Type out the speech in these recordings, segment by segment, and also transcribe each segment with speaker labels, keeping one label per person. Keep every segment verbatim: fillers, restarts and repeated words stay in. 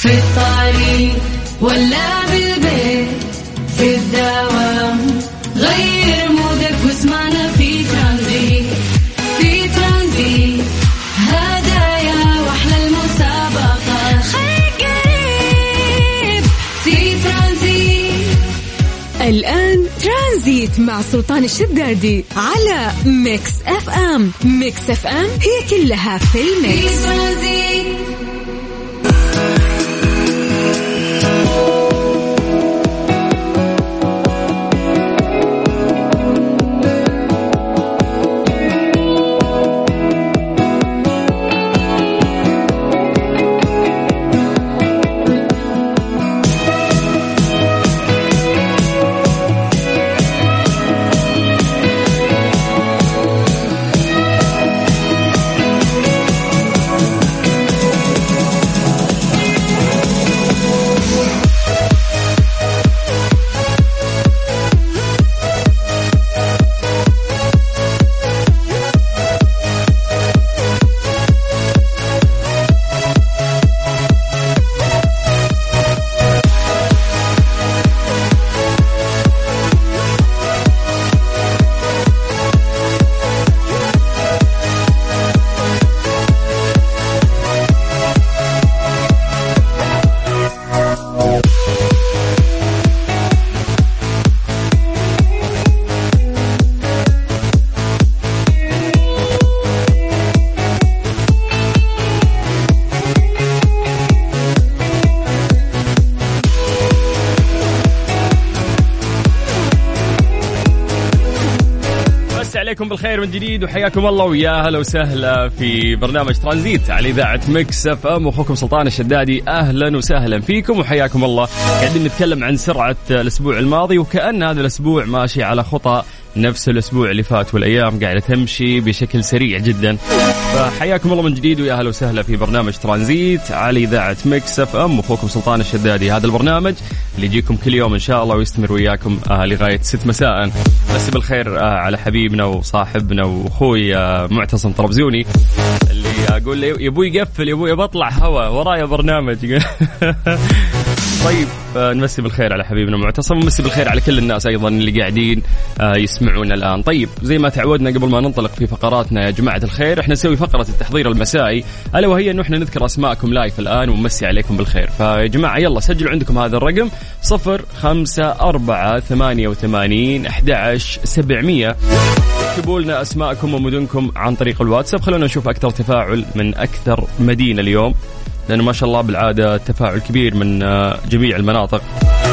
Speaker 1: في الطريق ولا بالبيت في الدوام غير مودك واسمعنا في ترانزيت. في ترانزيت هدايا واحلى المسابقة خليك قريب في ترانزيت.
Speaker 2: الآن ترانزيت مع سلطان الشدادي على ميكس اف ام. ميكس اف ام هي كلها في الميكس.
Speaker 3: عليكم بالخير من جديد وحياكم الله ويا هلا وسهلا في برنامج ترانزيت على إذاعة ميكس اف ام. أخوكم سلطان الشدادي، أهلا وسهلا فيكم وحياكم الله. قاعدين نتكلم عن سرعة الأسبوع الماضي وكأن هذا الأسبوع ماشي على خطى نفس الأسبوع اللي فات، والأيام قاعدة تمشي بشكل سريع جدا. فحياكم الله من جديد ويا هلا وسهلا في برنامج ترانزيت على إذاعة ميكس اف ام. أخوكم سلطان الشدادي، هذا البرنامج اللي يجيكم كل يوم إن شاء الله ويستمر وياكم آه لغاية ست مساء. بس بالخير آه على حبيبنا وصاحبنا وأخوي آه معتصم طربزوني اللي أقول لي يبوي يقفل يبوي بطلع هوا ورايا برنامج. طيب آه نمسي بالخير على حبيبنا معتصم ونمسي بالخير على كل الناس أيضا اللي قاعدين آه يسمعونا الآن. طيب زي ما تعودنا قبل ما ننطلق في فقراتنا يا جماعة الخير، احنا نسوي فقرة التحضير المسائي ألا وهي أنه احنا نذكر أسماءكم لايف الآن ونمسي عليكم بالخير. فيا جماعة يلا سجلوا عندكم هذا الرقم صفر خمسة أربعة ثمانية وثمانين أحد عشر سبعمية. اكتبوا لنا أسماءكم ومدنكم عن طريق الواتساب. خلونا نشوف أكثر تفاعل من أكثر مدينة اليوم، لأنه ما شاء الله بالعادة تفاعل كبير من جميع المناطق،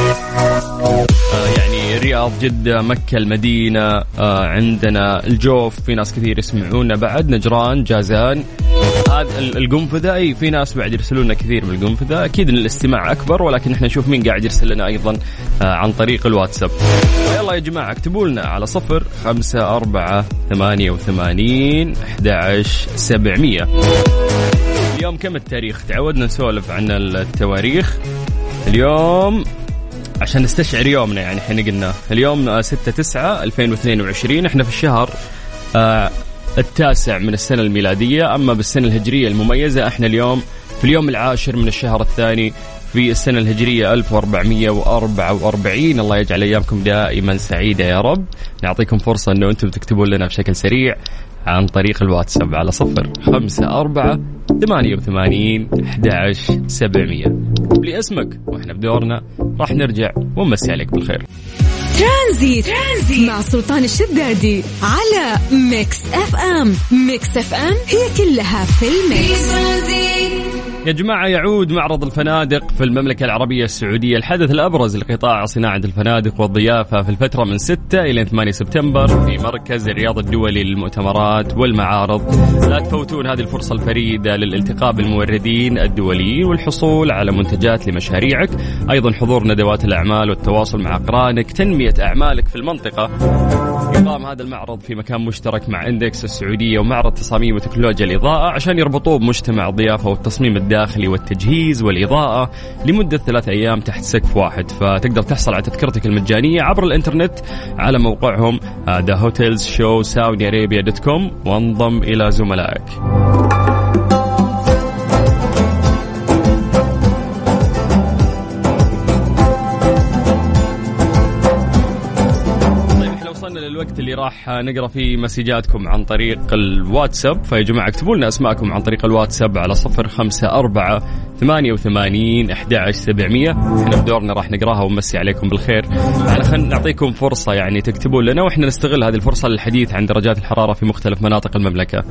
Speaker 3: يعني الرياض، جدة، مكة، المدينة، عندنا الجوف، في ناس كثير يسمعونا بعد، نجران، جازان، هذا القنفذة، أي في ناس بعد يرسلونا كثير من القنفذة. أكيد إن الاستماع أكبر، ولكن إحنا نشوف مين قاعد يرسل لنا أيضا عن طريق الواتساب. يلا يا جماعة اكتبوا لنا على صفر خمسة أربعة ثمانية وثمانين أحد عشر سبعمية. اليوم كم التاريخ؟ تعودنا نسولف عن التواريخ اليوم عشان نستشعر يومنا، يعني احنا قلنا اليوم ستة تسعة ألفين واثنين وعشرين، احنا في الشهر آه التاسع من السنة الميلادية. أما بالسنة الهجرية المميزة احنا اليوم في اليوم العاشر من الشهر الثاني في السنة الهجرية ألف وأربعمية وأربعة وأربعين. الله يجعل أيامكم دائما سعيدة يا رب. نعطيكم فرصة أنه أنتم تكتبوا لنا بشكل سريع عن طريق الواتساب على صفر خمسة أربعة ثمانية وثمانين أحد عشر سبعمية. لي اسمك وإحنا بدورنا راح نرجع ونمسي عليك بالخير.
Speaker 2: ترانزيت. ترانزيت مع سلطان الشدادي على ميكس اف ام. ميكس اف ام هي كلها في الميكس.
Speaker 3: يا جماعة يعود معرض الفنادق في المملكة العربية السعودية، الحدث الأبرز لقطاع صناعة الفنادق والضيافة في الفترة من ستة إلى ثمانية سبتمبر في مركز الرياض الدولي للمؤتمرات والمعارض. لا تفوتون هذه الفرصة الفريدة للالتقاء بالموردين الدوليين والحصول على منتجات لمشاريعك، أيضا حضور ندوات الأعمال والتواصل مع أقرانك، تنمية أعمالك في المنطقة. يقام هذا المعرض في مكان مشترك مع إندكس السعودية ومعرض تصاميم وتكنولوجيا الإضاءة عشان يربطوه بمجتمع الضيافة والتصميم الداخلي والتجهيز والإضاءة لمدة ثلاث أيام تحت سقف واحد. فتقدر تحصل على تذكرتك المجانية عبر الإنترنت على موقعهم ذا هوتيلز شو سعودي أرابيا دوت كوم وانضم إلى زملائك. الوقت اللي راح نقرأ فيه مسجاتكم عن طريق الواتساب. فيا جماعة اكتبوا لنا أسماءكم عن طريق الواتساب على صفر خمسة أربعة ثمانية وثمانين أحد عشر سبعمية. احنا بدورنا راح نقراها ونمسي عليكم بالخير. يعني خلينا نعطيكم فرصة يعني تكتبوا لنا وإحنا نستغل هذه الفرصة للحديث عن درجات الحرارة في مختلف مناطق المملكة.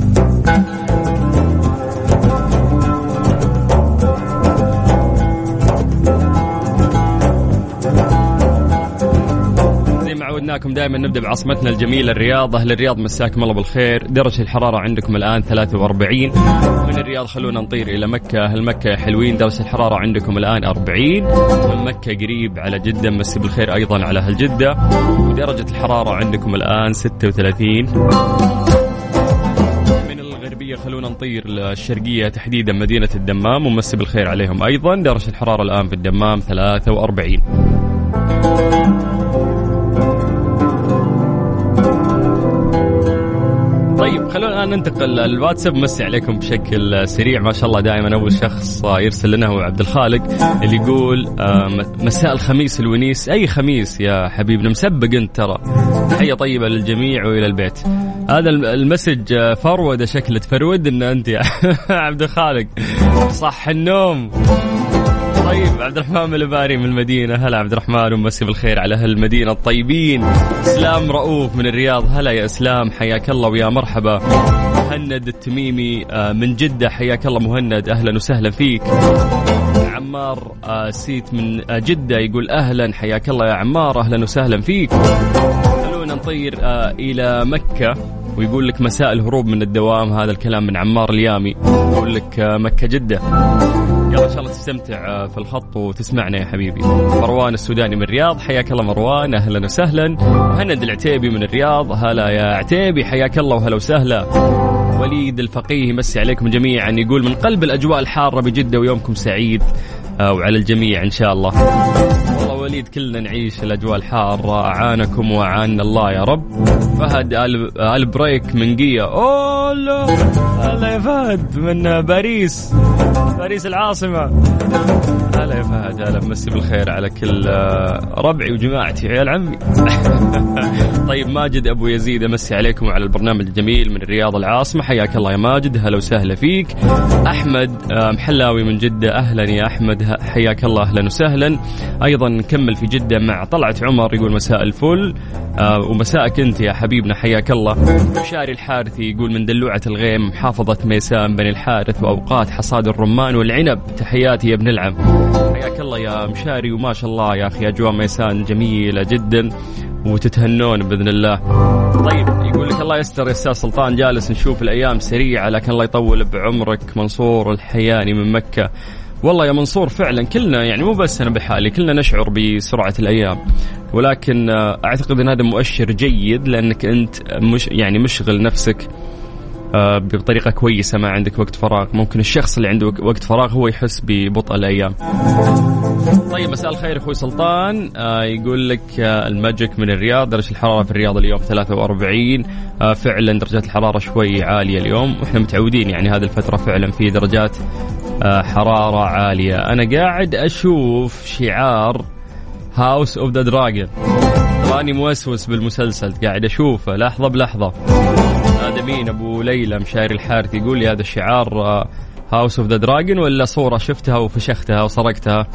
Speaker 3: عودناكم دائما نبدأ بعاصمتنا الجميلة الرياض. أهل الرياض مساكم الله بالخير. درجة الحرارة عندكم الآن ثلاثة وأربعين. من الرياض خلونا نطير إلى مكة. أهل مكة يا حلوين درجة الحرارة عندكم الآن أربعين. من مكة قريب على جدة مسي بالخير أيضا على أهل جدة. ودرجة الحرارة عندكم الآن ستة وثلاثين. من الغربية خلونا نطير للشرقية تحديدا مدينة الدمام ومسي بالخير عليهم أيضا. درجة الحرارة الآن في الدمام ثلاثة وأربعين. طيب خلونا الآن ننتقل للواتساب. مسي عليكم بشكل سريع ما شاء الله. دائما أول شخص يرسل لنا هو عبد الخالق اللي يقول مساء الخميس الونيس. أي خميس يا حبيبنا مسبق أنت ترى. تحية طيبة للجميع وإلى البيت. هذا المسج فرود شكله تفرود إن أنت يا عبد الخالق صح النوم. طيب عبد الرحمن الباري من المدينة. هلا عبد الرحمن ومسي بالخير على أهل المدينة الطيبين. إسلام رؤوف من الرياض. هلا يا إسلام حياك الله ويا مرحبا. مهند التميمي من جدة حياك الله مهند أهلا وسهلا فيك. عمار سيت من جدة يقول أهلا حياك الله يا عمار أهلا وسهلا فيك. خلونا نطير إلى مكة ويقول لك مساء الهروب من الدوام. هذا الكلام من عمار اليامي يقول لك مكة جدة. يلا إن شاء الله تستمتع في الخط وتسمعنا يا حبيبي. مروان السوداني من الرياض حياك الله مروان أهلا وسهلا. مهند العتيبي من الرياض. هلا يا عتيبي حياك الله وهلا وسهلا. وليد الفقيه مسي عليكم جميعا يقول من قلب الأجواء الحارة بجدة ويومكم سعيد وعلى الجميع إن شاء الله. والله وليد كلنا نعيش الأجواء الحارة. أعانكم وأعان الله يا رب. فهد آل بريك من قية. أوه لا هلا يا فهد من باريس باريس العاصمة. هلا يا فهد هلا مسي بالخير على كل ربعي وجماعتي عيال عمي. طيب ماجد أبو يزيد مسي عليكم وعلى البرنامج الجميل من الرياض العاصمة. حياك الله يا ماجد هلا وسهلا فيك. أحمد محلاوي من جدة أهلا يا أحمد حياك الله أهلا وسهلا. أيضا نكمل في جدة مع طلعت عمر يقول مساء الفل ومساءك أنت يا حبيبنا حياك الله. مشاري الحارثي يقول من دلوعة الغيم محافظة ميسان بني الحارث وأوقات حصاد الرمان والعنب تحياتي يا ابن العم. حياك الله يا مشاري وما شاء الله يا أخي أجواء ميسان جميلة جدا وتتهنون بإذن الله. طيب يقول لك الله يستر يا أستاذ سلطان جالس نشوف الأيام سريعة لكن الله يطول بعمرك. منصور الحياني من مكة. والله يا منصور فعلا كلنا يعني مو بس أنا بحالي كلنا نشعر بسرعة الأيام ولكن أعتقد أن هذا مؤشر جيد لأنك أنت مش يعني مشغل نفسك بطريقة كويسة ما عندك وقت فراغ. ممكن الشخص اللي عنده وقت فراغ هو يحس ببطء الأيام. طيب مساء الخير أخوي سلطان. يقول لك الماجيك من الرياض درجة الحرارة في الرياض اليوم ثلاثة وأربعين. فعلا درجات الحرارة شوي عالية اليوم وإحنا متعودين يعني هذه الفترة فعلا في درجات حرارة عالية. أنا قاعد أشوف شعار هاوس أوف ذا دراجون. راني موسوس بالمسلسل قاعد أشوفه لحظة بلحظة. هذا مين أبو ليلى مشاري الحارث يقول لي هذا الشعار هاوس أوف ذا دراجون ولا صورة شفتها وفشختها وسرقتها.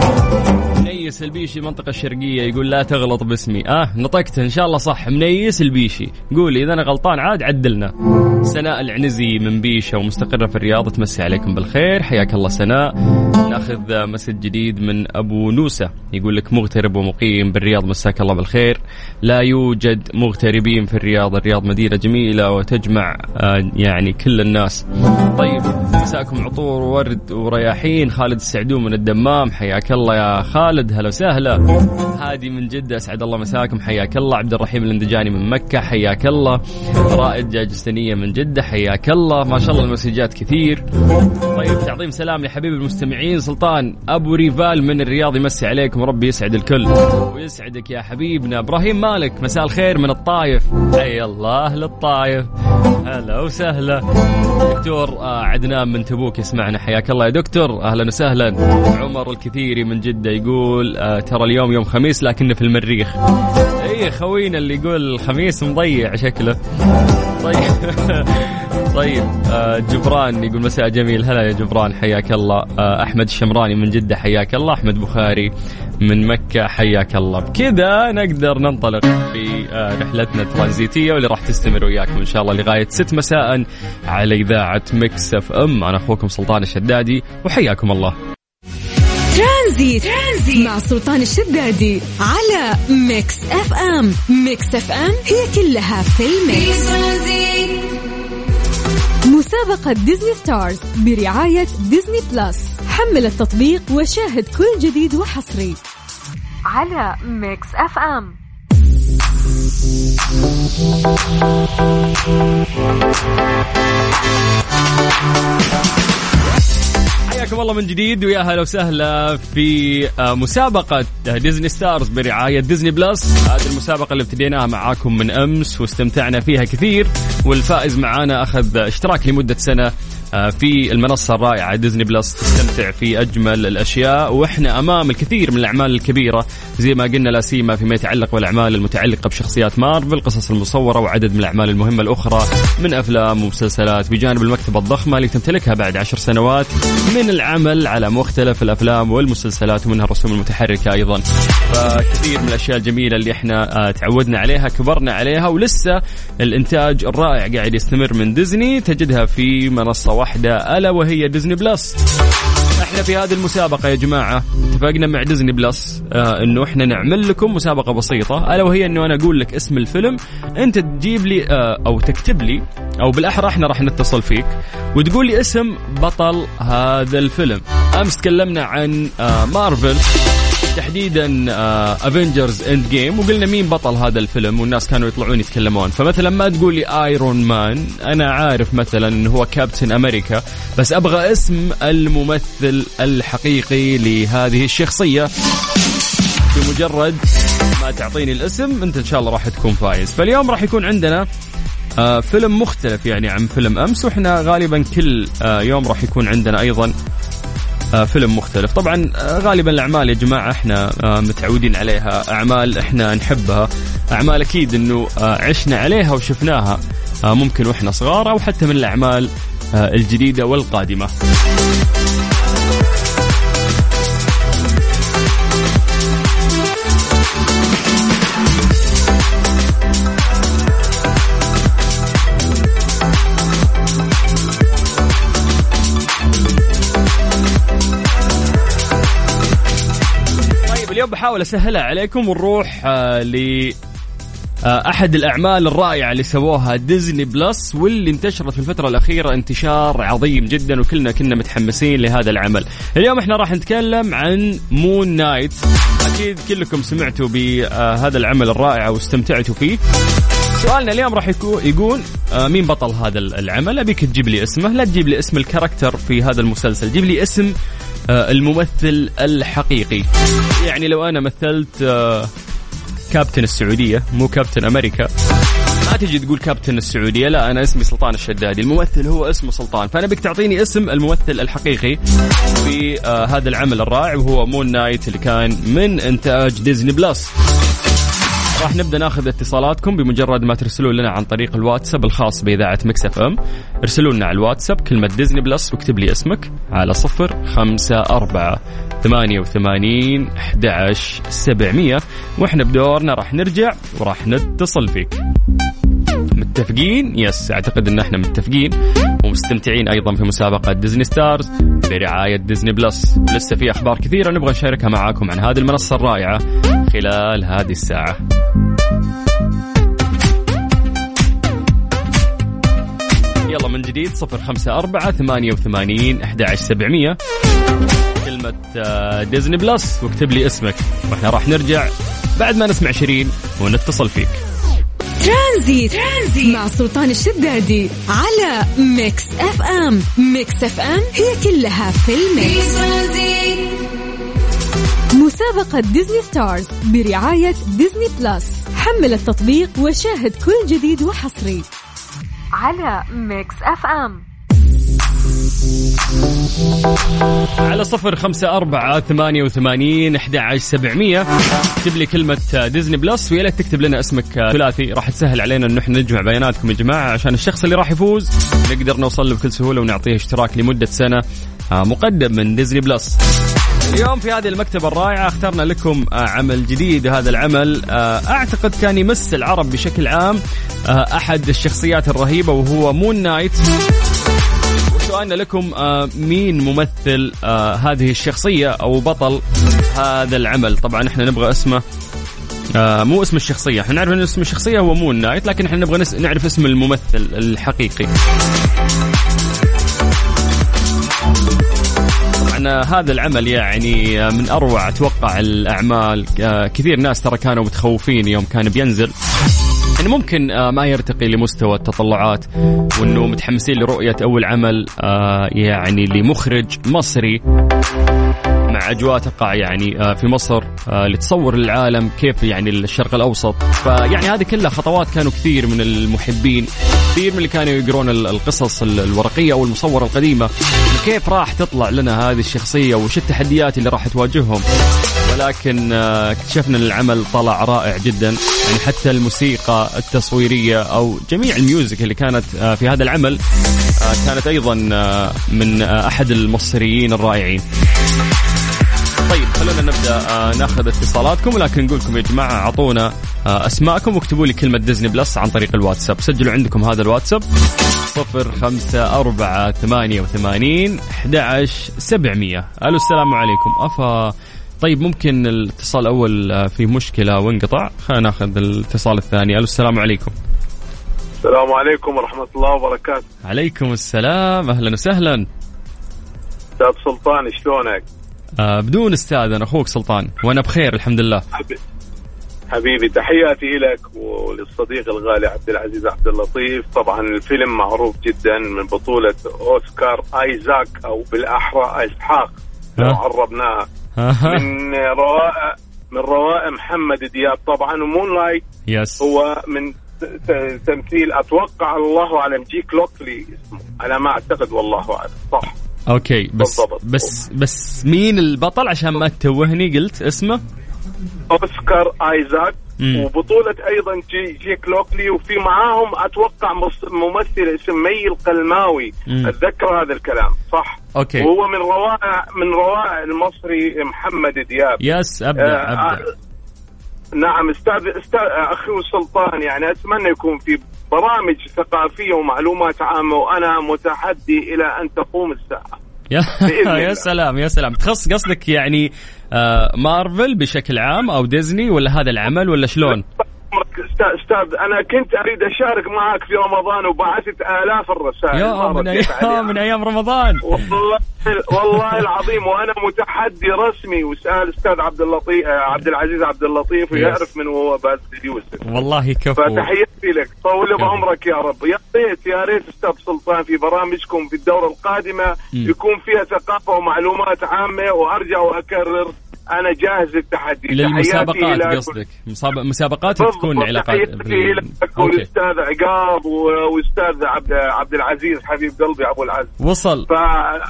Speaker 3: منيس البيشي منطقة الشرقية يقول لا تغلط باسمي. آه نطقت إن شاء الله صح. منيس البيشي قولي إذا أنا غلطان عاد عدلنا. سناء العنزي من بيشة ومستقرة في الرياض تمسي عليكم بالخير حياك الله سناء. ناخذ مسج جديد من أبو نوسة يقول لك مغترب ومقيم بالرياض مساك الله بالخير. لا يوجد مغتربين في الرياض. الرياض مدينة جميلة وتجمع آه يعني كل الناس. طيب مساكم عطور ورد ورياحين. خالد السعدون من الدمام حياك الله يا خالد هلا وسهلا. هادي من جدة أسعد الله مساكم حياك الله. عبد الرحيم الاندجاني من مكة حياك الله. رائد جاجستانية من جدة حياك الله. ما شاء الله المسجات كثير. طيب تعظيم سلام لحبيب المستمعين سلطان أبو ريفال من الرياض يمسي عليكم وربي يسعد الكل ويسعدك يا حبيبنا. إبراهيم مالك مساء الخير من الطايف. حي الله للطايف هلا وسهلا دكتور عدنان من تبوك يسمعنا، حياك الله يا دكتور، أهلا وسهلا. عمر الكثيري من جدة يقول ترى اليوم يوم خميس لكنه في المريخ. اي خوينا اللي يقول الخميس مضيع شكله. طيب طيب جبران يقول مساء جميل، هلا يا جبران حياك الله. أحمد الشمراني من جدة حياك الله. أحمد بخاري من مكة حياك الله. بكذا نقدر ننطلق في رحلتنا الترانزيتية واللي راح تستمر وياكم إن شاء الله لغاية ست مساء على إذاعة ميكس اف ام. أنا أخوكم سلطان الشدادي وحياكم الله.
Speaker 2: ترانزيت. ترانزيت مع سلطان الشدادي على ميكس اف ام. ميكس اف ام هي كلها في الميكس. مسابقة ديزني ستارز برعاية ديزني بلس. حمل التطبيق وشاهد كل جديد وحصري على ميكس اف ام.
Speaker 3: حياكم الله من جديد ويا هلا وسهلا في مسابقة ديزني ستارز برعاية ديزني بلس. هذه المسابقة اللي ابتديناها معاكم من أمس واستمتعنا فيها كثير، والفائز معانا أخذ اشتراك لمدة سنة في المنصة الرائعة ديزني بلس، تستمتع في أجمل الأشياء. وإحنا أمام الكثير من الأعمال الكبيرة زي ما قلنا، لا سيما فيما يتعلق بالأعمال المتعلقة بشخصيات مارفل، قصص المصورة وعدد من الأعمال المهمة الأخرى من أفلام ومسلسلات، بجانب المكتبة الضخمة اللي تمتلكها بعد عشر سنوات من العمل على مختلف الأفلام والمسلسلات ومنها الرسوم المتحركة أيضا. فكثير من الأشياء الجميلة اللي إحنا تعودنا عليها كبرنا عليها، ولسه الإنتاج الرائع قاعد يستمر من ديزني، تجدها في منصة واحدة ألا وهي ديزني بلس. احنا في هذه المسابقة يا جماعة اتفقنا مع ديزني بلس آه انه احنا نعمل لكم مسابقة بسيطة، ألا وهي انه انا اقول لك اسم الفيلم، انت تجيب لي آه او تكتب لي، او بالاحرى احنا راح نتصل فيك وتقول لي اسم بطل هذا الفيلم. امس تكلمنا عن آه مارفل تحديدا افنجرز اند جيم، وقلنا مين بطل هذا الفيلم والناس كانوا يطلعون يتكلمون. فمثلا ما تقول لي ايرون مان، انا عارف مثلا انه هو كابتن امريكا، بس ابغى اسم الممثل الحقيقي لهذه الشخصية. بمجرد ما تعطيني الاسم انت ان شاء الله راح تكون فايز. فاليوم راح يكون عندنا آه فيلم مختلف يعني عن فيلم امس، واحنا غالبا كل آه يوم راح يكون عندنا ايضا آه فيلم مختلف. طبعا آه غالبا الأعمال يا جماعة احنا آه متعودين عليها، أعمال احنا نحبها، أعمال أكيد انه آه عشنا عليها وشفناها آه ممكن واحنا صغار، أو حتى من الأعمال آه الجديدة والقادمة. اليوم بحاول أسهلها عليكم ونروح آه ل آه أحد الأعمال الرائعة اللي سووها ديزني بلس، واللي انتشرت في الفترة الأخيرة انتشار عظيم جدا، وكلنا كنا متحمسين لهذا العمل. اليوم احنا راح نتكلم عن مون نايت. أكيد كلكم سمعتوا بهذا العمل الرائع واستمتعتوا فيه. سؤالنا اليوم راح يقول آه مين بطل هذا العمل. أبيك تجيب لي اسمه، لا تجيب لي اسم الكاركتر في هذا المسلسل، جيب لي اسم آه الممثل الحقيقي. يعني لو أنا مثلت آه كابتن السعودية مو كابتن أمريكا، ما تجي تقول كابتن السعودية، لا أنا اسمي سلطان الشدادي، الممثل هو اسمه سلطان. فأنا بك تعطيني اسم الممثل الحقيقي في آه هذا العمل الرائع، وهو مون نايت اللي كان من إنتاج ديزني بلس. راح نبدأ ناخذ اتصالاتكم بمجرد ما ترسلوا لنا عن طريق الواتساب الخاص بإذاعة ميكس اف ام. ارسلوا لنا على الواتساب كلمة ديزني بلس واكتب لي اسمك على صفر خمسة أربعة ثمانية وثمانين أحد عشر سبعمية، وإحنا بدورنا راح نرجع وراح نتصل فيك. متفقين؟ يس أعتقد أن احنا متفقين ومستمتعين أيضا في مسابقة ديزني ستارز برعاية ديزني بلس. لسه في أخبار كثيرة نبغى نشاركها معاكم عن هذه المنصة الرائعة خلال هذه الساعة. يلا من جديد صفر خمسة أربعة ثمانية وثمانين أحد عشر سبعمية، كلمة ديزني بلس واكتب لي اسمك، وإحنا راح نرجع بعد ما نسمع شيرين ونتصل فيك.
Speaker 2: ترانزيت. ترانزيت مع سلطان الشدادي على ميكس اف ام. ميكس اف ام هي كلها في الميكس. مسابقة ديزني ستارز برعاية ديزني بلس. حمل التطبيق وشاهد كل جديد وحصري على ميكس اف ام.
Speaker 3: على صفر خمسة أربعة ثمانية وثمانين أحد عشر سبعمية اكتب لي كلمة ديزني بلس، ويا لك تكتب لنا اسمك ثلاثي، راح تسهل علينا إنه إحنا نجمع بياناتكم يا جماعة عشان الشخص اللي راح يفوز نقدر نوصل له بكل سهولة ونعطيه اشتراك لمدة سنة مقدم من ديزني بلس. اليوم في هذه المكتبة الرائعة اخترنا لكم عمل جديد، هذا العمل أعتقد كان يمس العرب بشكل عام، أحد الشخصيات الرهيبة وهو مون نايت. سؤالنا لكم مين ممثل هذه الشخصية أو بطل هذا العمل؟ طبعا احنا نبغى اسمه، مو اسم الشخصية، احنا نعرف ان اسم الشخصية هو مون نايت، لكن احنا نبغى نعرف اسم الممثل الحقيقي. هذا العمل يعني من أروع أتوقع الأعمال، كثير ناس ترى كانوا متخوفين يوم كان بينزل يعني ممكن ما يرتقي لمستوى التطلعات، وأنه متحمسين لرؤية أول عمل يعني لمخرج مصري مع أجواء تقع يعني في مصر لتصور العالم كيف يعني الشرق الأوسط. فيعني هذه كلها خطوات كانوا كثير من المحبين، كثير من اللي كانوا يقرون القصص الورقية أو المصورة القديمة كيف راح تطلع لنا هذه الشخصية وش التحديات اللي راح تواجههم. ولكن اكتشفنا أن العمل طلع رائع جدا، يعني حتى الموسيقى التصويرية أو جميع الميوزك اللي كانت في هذا العمل كانت أيضا من أحد المصريين الرائعين. طيب خلونا نبدأ ناخذ اتصالاتكم، ولكن نقولكم يا جماعة عطونا أسماءكم واكتبوا لي كلمة ديزني بلس عن طريق الواتساب. سجلوا عندكم هذا الواتساب صفر خمسة أربعة ثمانية وثمانين أحد عشر سبعمية. ألو السلام عليكم. أفا طيب ممكن الاتصال الأول فيه مشكلة وانقطع، خلينا ناخذ الاتصال الثاني. ألو السلام عليكم.
Speaker 4: السلام عليكم ورحمة الله وبركاته.
Speaker 3: عليكم السلام، أهلا وسهلا.
Speaker 4: أستاذ سلطان شلونك؟
Speaker 3: آه بدون أستاذ، أنا أخوك سلطان وأنا بخير الحمد لله.
Speaker 4: حبيبي تحياتي لك وللصديق الغالي عبد العزيز عبد اللطيف. طبعا الفيلم معروف جدا من بطولة أوسكار آيزاك أو بالأحرى إسحاق لو عربناها، من روائع من روائع محمد دياب طبعا. ومون لايت
Speaker 3: يس
Speaker 4: هو من تمثيل أتوقع الله أعلم جيك لوكلي اسمه على ما أعتقد والله أعلم، صح؟
Speaker 3: اوكي بس بالضبط. بس بس مين البطل عشان ما تتوهني؟ قلت اسمه
Speaker 4: أوسكار آيزاك. مم. وبطولة أيضا جي جيك لوكلي، وفي معاهم أتوقع ممثل اسم مي القلماوي، مم. أتذكر هذا الكلام صح.
Speaker 3: أوكي.
Speaker 4: وهو من روائع من روائع المصري محمد دياب.
Speaker 3: يس أبدأ آه أبدأ.
Speaker 4: نعم استاذ استاذ أخي سلطان، يعني أتمنى يكون في برامج ثقافية ومعلومات عامة، وأنا متحدي إلى أن تقوم الساعة.
Speaker 3: يا سلام يا سلام. تخص قصدك يعني آه مارفل بشكل عام أو ديزني ولا هذا العمل ولا شلون؟
Speaker 4: أستاذ أنا كنت أريد أشارك معك في رمضان وبعثت آلاف الرسائل
Speaker 3: يا من أيام من أيام رمضان
Speaker 4: والله والله العظيم، وأنا متحدي رسمي وسأل أستاذ عبد اللطيف عبد العزيز عبد اللطيف ويعرف من هو باسل يوسف.
Speaker 3: والله كفو.
Speaker 4: فتحياتي لك، طول بعمرك يا رب. يا ريت يا ريت أستاذ سلطان في برامجكم في الدورة القادمة م. يكون فيها ثقافة ومعلومات عامة، وأرجع وأكرر أنا جاهز للتحدي.
Speaker 3: للمسابقات قصدك؟ مسابقات تكون علاقات
Speaker 4: والأستاذ عقاب والأستاذ عبد عبد العزيز حبيب قلبي أبو العز
Speaker 3: وصل.
Speaker 4: ف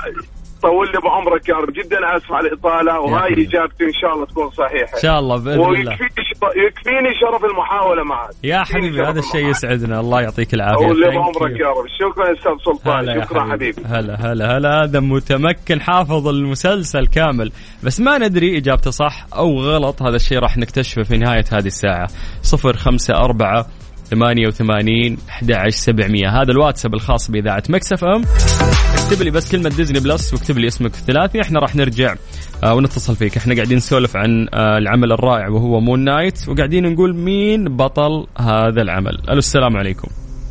Speaker 4: طول لي بعمرك يا رب، جدا اسف على الاطاله، وهاي اجابتي ان شاء الله تكون صحيحه
Speaker 3: ان شاء الله باذن الله.
Speaker 4: يكفيني شرف المحاوله معك
Speaker 3: يا حبيبي، هذا الشيء يسعدنا، الله يعطيك العافيه.
Speaker 4: طول لي بعمرك يا رب. شكرا استاذ سلطان، شكرا حبيبي. حبيبي
Speaker 3: هلا هلا هلا. هذا متمكن حافظ المسلسل كامل، بس ما ندري اجابته صح او غلط، هذا الشيء راح نكتشفه في نهايه هذه الساعه. صفر خمسة أربعة ثمانية وثمانين أحد عشر سبعمية، هذا الواتساب الخاص بإذاعة مكس اف ام. اكتب لي بس كلمة ديزني بلس واكتب لي اسمك الثلاثي، احنا راح نرجع آه ونتصل فيك. احنا قاعدين نسولف عن آه العمل الرائع وهو مون نايت، وقاعدين نقول مين بطل هذا العمل. الو السلام عليكم.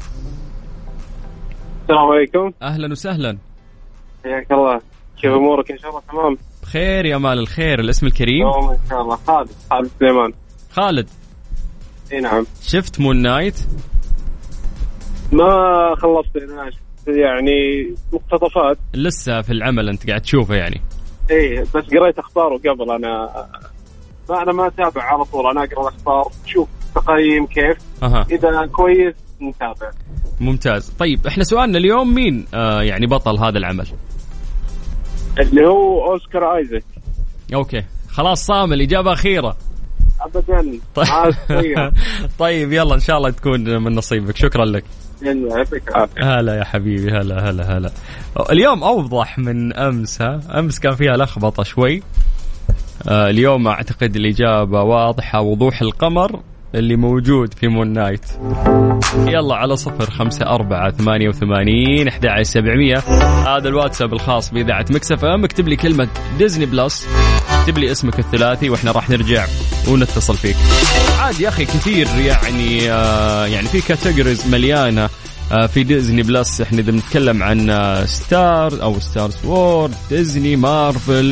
Speaker 4: السلام عليكم.
Speaker 3: اهلا وسهلا.
Speaker 4: حياك الله، كيف امورك؟ ان شاء الله تمام.
Speaker 3: بخير يا مال الخير. الاسم الكريم؟
Speaker 4: تمام ان شاء الله. خالد خالد سليمان.
Speaker 3: خالد.
Speaker 4: اي نعم.
Speaker 3: شفت مون نايت؟
Speaker 4: ما خلصت انا يعني مقتطفات
Speaker 3: لسه في العمل انت قاعد تشوفه يعني؟
Speaker 4: ايه بس قريت اخباره قبل. انا ما انا ما اتابع على طول، انا اقرا الاخبار، شوف تقييم كيف. أه. اذا كويس نتابع.
Speaker 3: ممتاز. طيب احنا سؤالنا اليوم مين آه يعني بطل هذا العمل؟
Speaker 4: اللي هو أوسكار آيزاك.
Speaker 3: اوكي خلاص صام الإجابة أخيرة.
Speaker 4: أبدا.
Speaker 3: طيب. طيب يلا إن شاء الله تكون من نصيبك. شكرا لك. هلا يا حبيبي. هلا هلا هلا. اليوم أوضح من أمس. ها أمس كان فيها لخبطة شوي. آه اليوم أعتقد الإجابة واضحة وضوح القمر اللي موجود في مون نايت. يلا على صفر خمسة أربعة ثمانية وثمانين أحد عشر سبعمية هذا الواتساب الخاص بإذاعة ميكس اف ام. اكتب لي كلمة ديزني بلس، اكتب لي اسمك الثلاثي وإحنا راح نرجع ونتصل فيك. عادي يا أخي كثير يعني آه يعني في كاتيجوريز مليانة آه في ديزني بلس. إحنا إذا بنتكلم عن آه ستار أو ستارز وورد، ديزني، مارفل،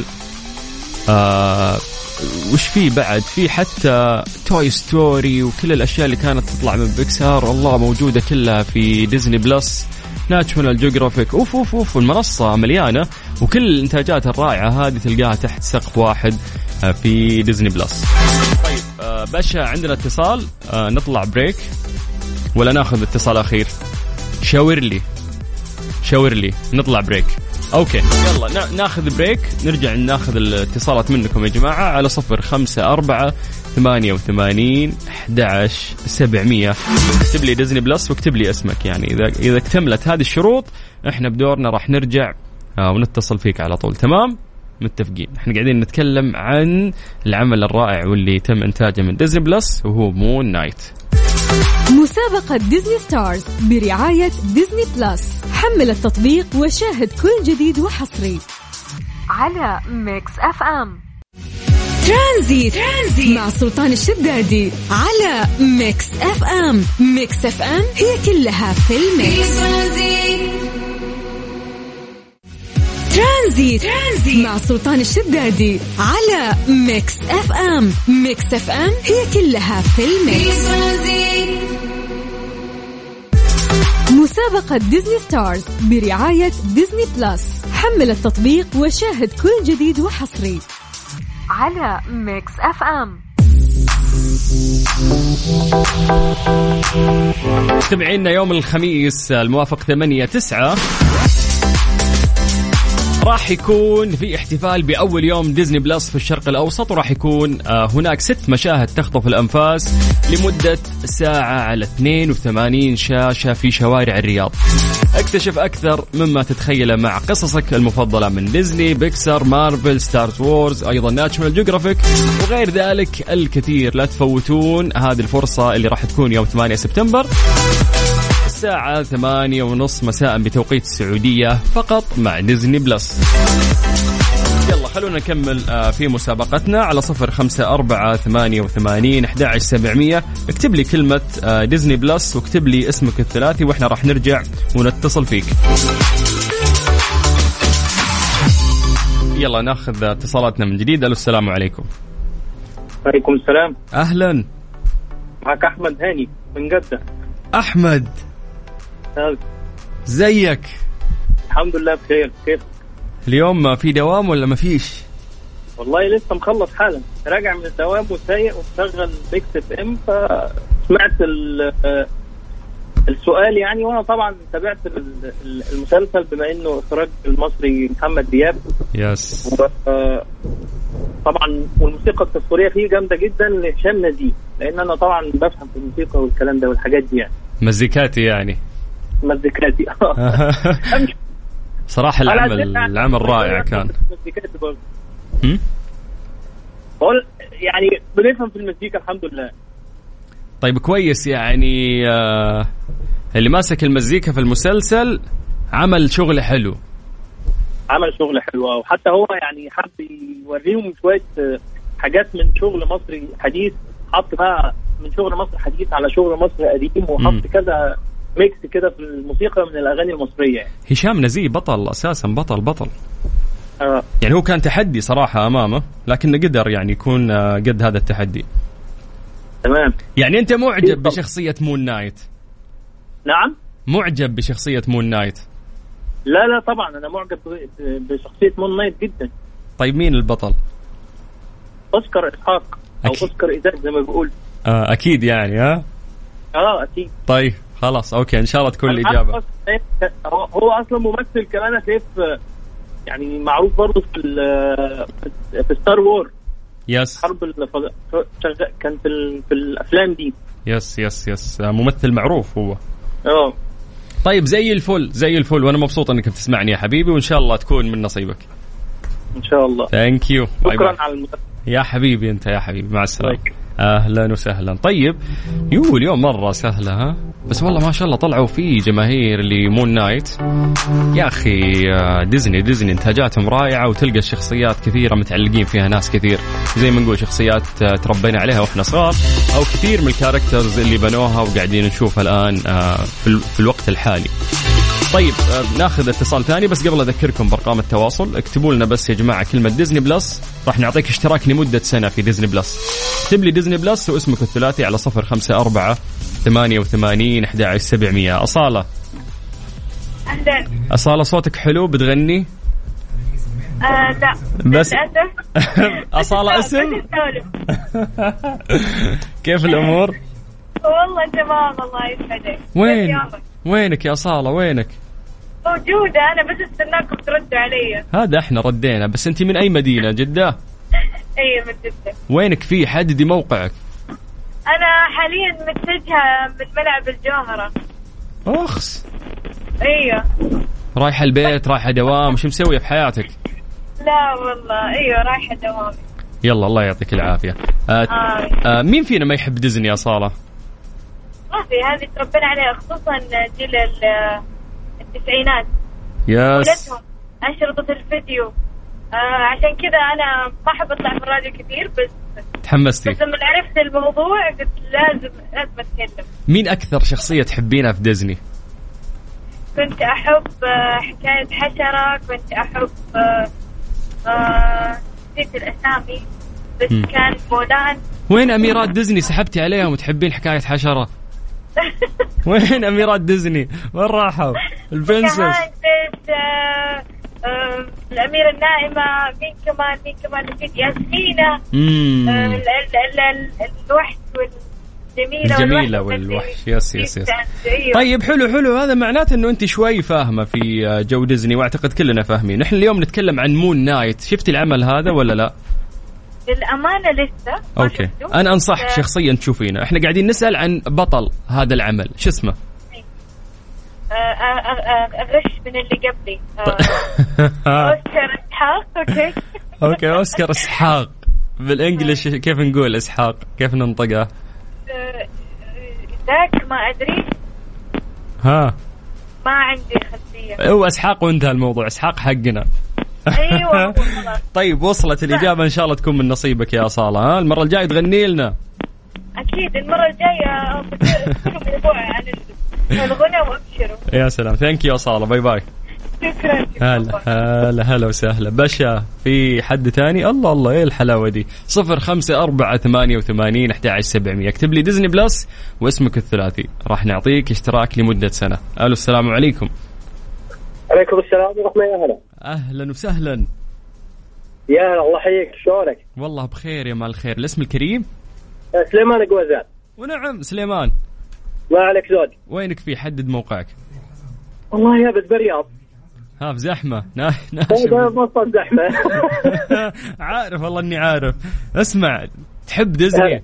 Speaker 3: آه وش في بعد؟ في حتى توي ستوري وكل الأشياء اللي كانت تطلع من بيكسار الله موجودة كلها في ديزني بلس. ناشونال جيوغرافيك، أوف أوف أوف المنصة مليانة، وكل الإنتاجات الرائعة هذه تلقاها تحت سقف واحد في ديزني بلس. طيب آه باشا عندنا اتصال. آه نطلع بريك ولا ناخذ اتصال أخير؟ شاور لي شاور لي نطلع بريك. اوكي يلا ناخذ بريك، نرجع ناخذ الاتصالات منكم يا جماعة على صفر خمسة أربعة ثمانية وثمانين أحد عشر سبعمية. اكتب لي ديزني بلس واكتب لي اسمك. يعني إذا إذا اكتملت هذه الشروط احنا بدورنا راح نرجع ونتصل فيك على طول. تمام متفقين؟ احنا قاعدين نتكلم عن العمل الرائع واللي تم انتاجه من ديزني بلس وهو مون نايت.
Speaker 2: مسابقة ديزني ستارز برعاية ديزني بلس. حمل التطبيق وشاهد كل جديد وحصري على ميكس اف ام. ترانزيت. ترانزيت مع سلطان الشدادي على ميكس اف ام. ميكس اف ام هي كلها في الميكس. ترانزيت. ترانزيت مع سلطان الشدادي على ميكس اف ام. ميكس اف ام هي كلها في الميكس. مسابقة ديزني ستارز برعاية ديزني بلس. حمل التطبيق وشاهد كل جديد وحصري على ميكس اف ام.
Speaker 3: تابعينا يوم الخميس الموافق ثمانية تسعة راح يكون في احتفال بأول يوم ديزني بلس في الشرق الأوسط، وراح يكون هناك ست مشاهد تخطف الأنفاس لمدة ساعة على اثنين وثمانين شاشة في شوارع الرياض. اكتشف أكثر مما تتخيله مع قصصك المفضلة من ديزني، بيكسار، مارفل، ستارز وورز، أيضا ناشونال جيوغرافيك وغير ذلك الكثير. لا تفوتون هذه الفرصة اللي راح تكون يوم ثمانية سبتمبر الساعة ثمانية ونص مساء بتوقيت السعودية فقط مع ديزني بلس. يلا خلونا نكمل في مسابقتنا على صفر خمسة أربعة ثمانية وثمانين أحد عشر سبعمية. اكتب لي كلمة ديزني بلس واكتب لي اسمك الثلاثي وإحنا راح نرجع ونتصل فيك. يلا ناخذ اتصالاتنا من جديد. ألو السلام عليكم.
Speaker 5: عليكم السلام.
Speaker 3: أهلا،
Speaker 5: معك أحمد هاني من جدة.
Speaker 3: أحمد زيك؟
Speaker 5: الحمد لله بخير. كيف
Speaker 3: اليوم؟ في دوام ولا ما فيش؟
Speaker 5: والله لسه مخلص حالا، راجع من الدوام وسايق ومشغل ميكس اف ام، فسمعت السؤال يعني، وانا طبعا تابعت المسلسل بما انه اخراج المصري محمد دياب.
Speaker 3: يس
Speaker 5: طبعا، والموسيقى التصويريه فيه جامده جدا لهشام نزيه، لان انا طبعا بفهم في الموسيقى والكلام ده والحاجات دي يعني.
Speaker 3: مزيكاتي يعني
Speaker 5: مزيكاتي
Speaker 3: صراحة العمل العمل رائع كان.
Speaker 5: مزيكاتي برضه بقول يعني بنفهم في المزيكا الحمد لله.
Speaker 3: طيب كويس يعني. آه اللي ماسك المزيكا في المسلسل عمل شغل حلو.
Speaker 5: عمل شغل حلو، وحتى هو يعني حب يوريهم شوية حاجات من شغل مصري حديث، حط بقى من شغل مصر حديث على شغل مصر قديم، وحط كذا ميكس كده في الموسيقى من الأغاني المصرية يعني.
Speaker 3: هشام نزيه بطل أساسا، بطل بطل
Speaker 5: آه.
Speaker 3: يعني هو كان تحدي صراحة أمامه، لكنه قدر يعني يكون قد هذا التحدي.
Speaker 5: تمام.
Speaker 3: يعني أنت معجب بشخصية مون نايت؟
Speaker 5: نعم
Speaker 3: معجب بشخصية مون نايت؟
Speaker 5: لا لا طبعا أنا معجب بشخصية مون نايت جدا.
Speaker 3: طيب مين البطل؟
Speaker 5: أوسكار إسحاق أو أكيد. أوسكار إيزاك زي ما بيقول.
Speaker 3: آه أكيد يعني. ها
Speaker 5: آه أكيد.
Speaker 3: طيب خلاص أوكي إن شاء الله تكون الإجابة.
Speaker 5: هو أصلا ممثل كمان كيف يعني معروف برضه في في ستار وور.
Speaker 3: يس.
Speaker 5: حرب الفضاء كان في في الأفلام دي.
Speaker 3: يس يس يس ممثل معروف هو.
Speaker 5: اه
Speaker 3: طيب زي الفل زي الفل، وأنا مبسوط أنك بتسمعني يا حبيبي، وإن شاء الله تكون من نصيبك
Speaker 5: إن شاء الله.
Speaker 3: ثانك يو.
Speaker 5: شكرا على المتابعة
Speaker 3: يا حبيبي. أنت يا حبيبي مع السلامة. أهلا وسهلا. طيب يو اليوم مرة سهلة ها، بس والله ما شاء الله طلعوا في جماهير لمون نايت يا أخي. ديزني ديزني إنتاجاتهم رائعة، وتلقى الشخصيات كثيرة متعلقين فيها ناس كثير، زي ما نقول شخصيات تربينا عليها وإحنا صغار، أو كثير من الكاركترز اللي بنوها وقاعدين نشوفها الآن في الوقت الحالي. طيب ناخذ اتصال ثاني، بس قبل أذكركم بأرقام التواصل. اكتبوا لنا بس يا جماعة كلمة ديزني بلس، راح نعطيك اشتراك لمدة سنة في ديزني بلس. اكتب لي ديزني بلس واسمك الثلاثي على صفر خمسة أربعة ثمانية وثمانين أحد عشر سبعمية. أصالة.
Speaker 6: أهلا.
Speaker 3: أصالة صوتك حلو، بتغني؟
Speaker 6: آه لا
Speaker 3: بس أصالة اسم. كيف الأمور؟
Speaker 6: والله تمام الله يسعدك.
Speaker 3: وين وينك يا أصالة وينك؟
Speaker 6: موجودة أنا بس استناكم تردوا علي.
Speaker 3: هذا احنا ردينا، بس أنت من أي مدينة؟ جدة؟
Speaker 6: أي من جدة.
Speaker 3: وينك فيه؟ حددي موقعك.
Speaker 6: أنا حاليا متجهة من ملعب الجوهرة.
Speaker 3: أخس.
Speaker 6: أيوة.
Speaker 3: رايحة البيت رايحة دوام، شو مسوية في حياتك؟
Speaker 6: لا والله أيوة رايحة دوام.
Speaker 3: يلا الله يعطيك العافية. آه آه. آه مين فينا ما يحب ديزني يا صالة؟
Speaker 6: ما في، هذه تربينا عليها خصوصا جيل التسعينات.
Speaker 3: يس.
Speaker 6: ولدهم أشرطة الفيديو. آه عشان كذا أنا ما أحب أطلع في الراديو كثير، بس
Speaker 3: تحمستي.
Speaker 6: بس لما عرفت الموضوع قلت لازم لازم أتكلم.
Speaker 3: مين أكثر شخصية تحبينها في ديزني؟
Speaker 6: كنت أحب آه حكاية حشرة، كنت أحب آه آه نسيت الأسامي بس م. كان مولان.
Speaker 3: وين أميرات ديزني سحبتي عليهم وتحبين حكاية حشرة؟ وين أميرات ديزني؟ وين راحوا؟ البرنسس.
Speaker 6: آه آه الأميرة النائمة. مين كمان مين كمان نسيت ياسمينة. آه الوحش والجميلة
Speaker 3: الجميلة والوحش. يس يس يس. طيب حلو حلو، هذا معناته إنه أنت شوي فاهمة في جو ديزني، وأعتقد كلنا فاهمين. نحن اليوم نتكلم عن مون نايت، شفتي العمل هذا ولا لا؟
Speaker 6: للأمانة لسه.
Speaker 3: أوكي أنا أنصحك شخصيا تشوفينه. إحنا قاعدين نسأل عن بطل هذا العمل، شو اسمه؟
Speaker 6: أغش من اللي قبلي. أوسكار إسحاق. أوكي
Speaker 3: أوكي أوسكار إسحاق. بالإنجليش كيف نقول إسحاق؟ كيف ننطقه؟
Speaker 6: ذاك ما أدري.
Speaker 3: ها
Speaker 6: ما عندي خلفية.
Speaker 3: هو إسحاق وانتهى الموضوع. إسحاق حقنا.
Speaker 6: أيوة.
Speaker 3: طيب وصلت الإجابة إن شاء الله تكون من نصيبك يا صالة. ها المرة الجاية تغني لنا.
Speaker 6: أكيد المرة الجاية بتكون موضوع عن الغنى وأبشروا.
Speaker 3: يا سلام. ثانك يو يا صالة. باي باي.
Speaker 6: شكرا.
Speaker 3: هلا هلا هلا وسهلا. باشا في حد تاني؟ الله الله ايه الحلاوة دي. صفر خمسة أربعة ثمانية وثمانين أحد عشر سبعمية. اكتب لي ديزني بلس واسمك الثلاثي، راح نعطيك اشتراك لمدة سنة. ألو السلام عليكم.
Speaker 7: عليكم السلام ورحمة الله. هلا
Speaker 3: أهلا وسهلا.
Speaker 7: يا الله حيك، شلونك؟
Speaker 3: والله بخير يا مال الخير. الاسم الكريم؟
Speaker 7: سليمان قوزان.
Speaker 3: ونعم سليمان.
Speaker 7: ما عليك زود.
Speaker 3: وينك في؟ حدد موقعك.
Speaker 7: والله يا بس برياض.
Speaker 3: ها في زحمة. ناشف.
Speaker 7: ما صار زحمة.
Speaker 3: عارف والله إني عارف. اسمع، تحب ديزني؟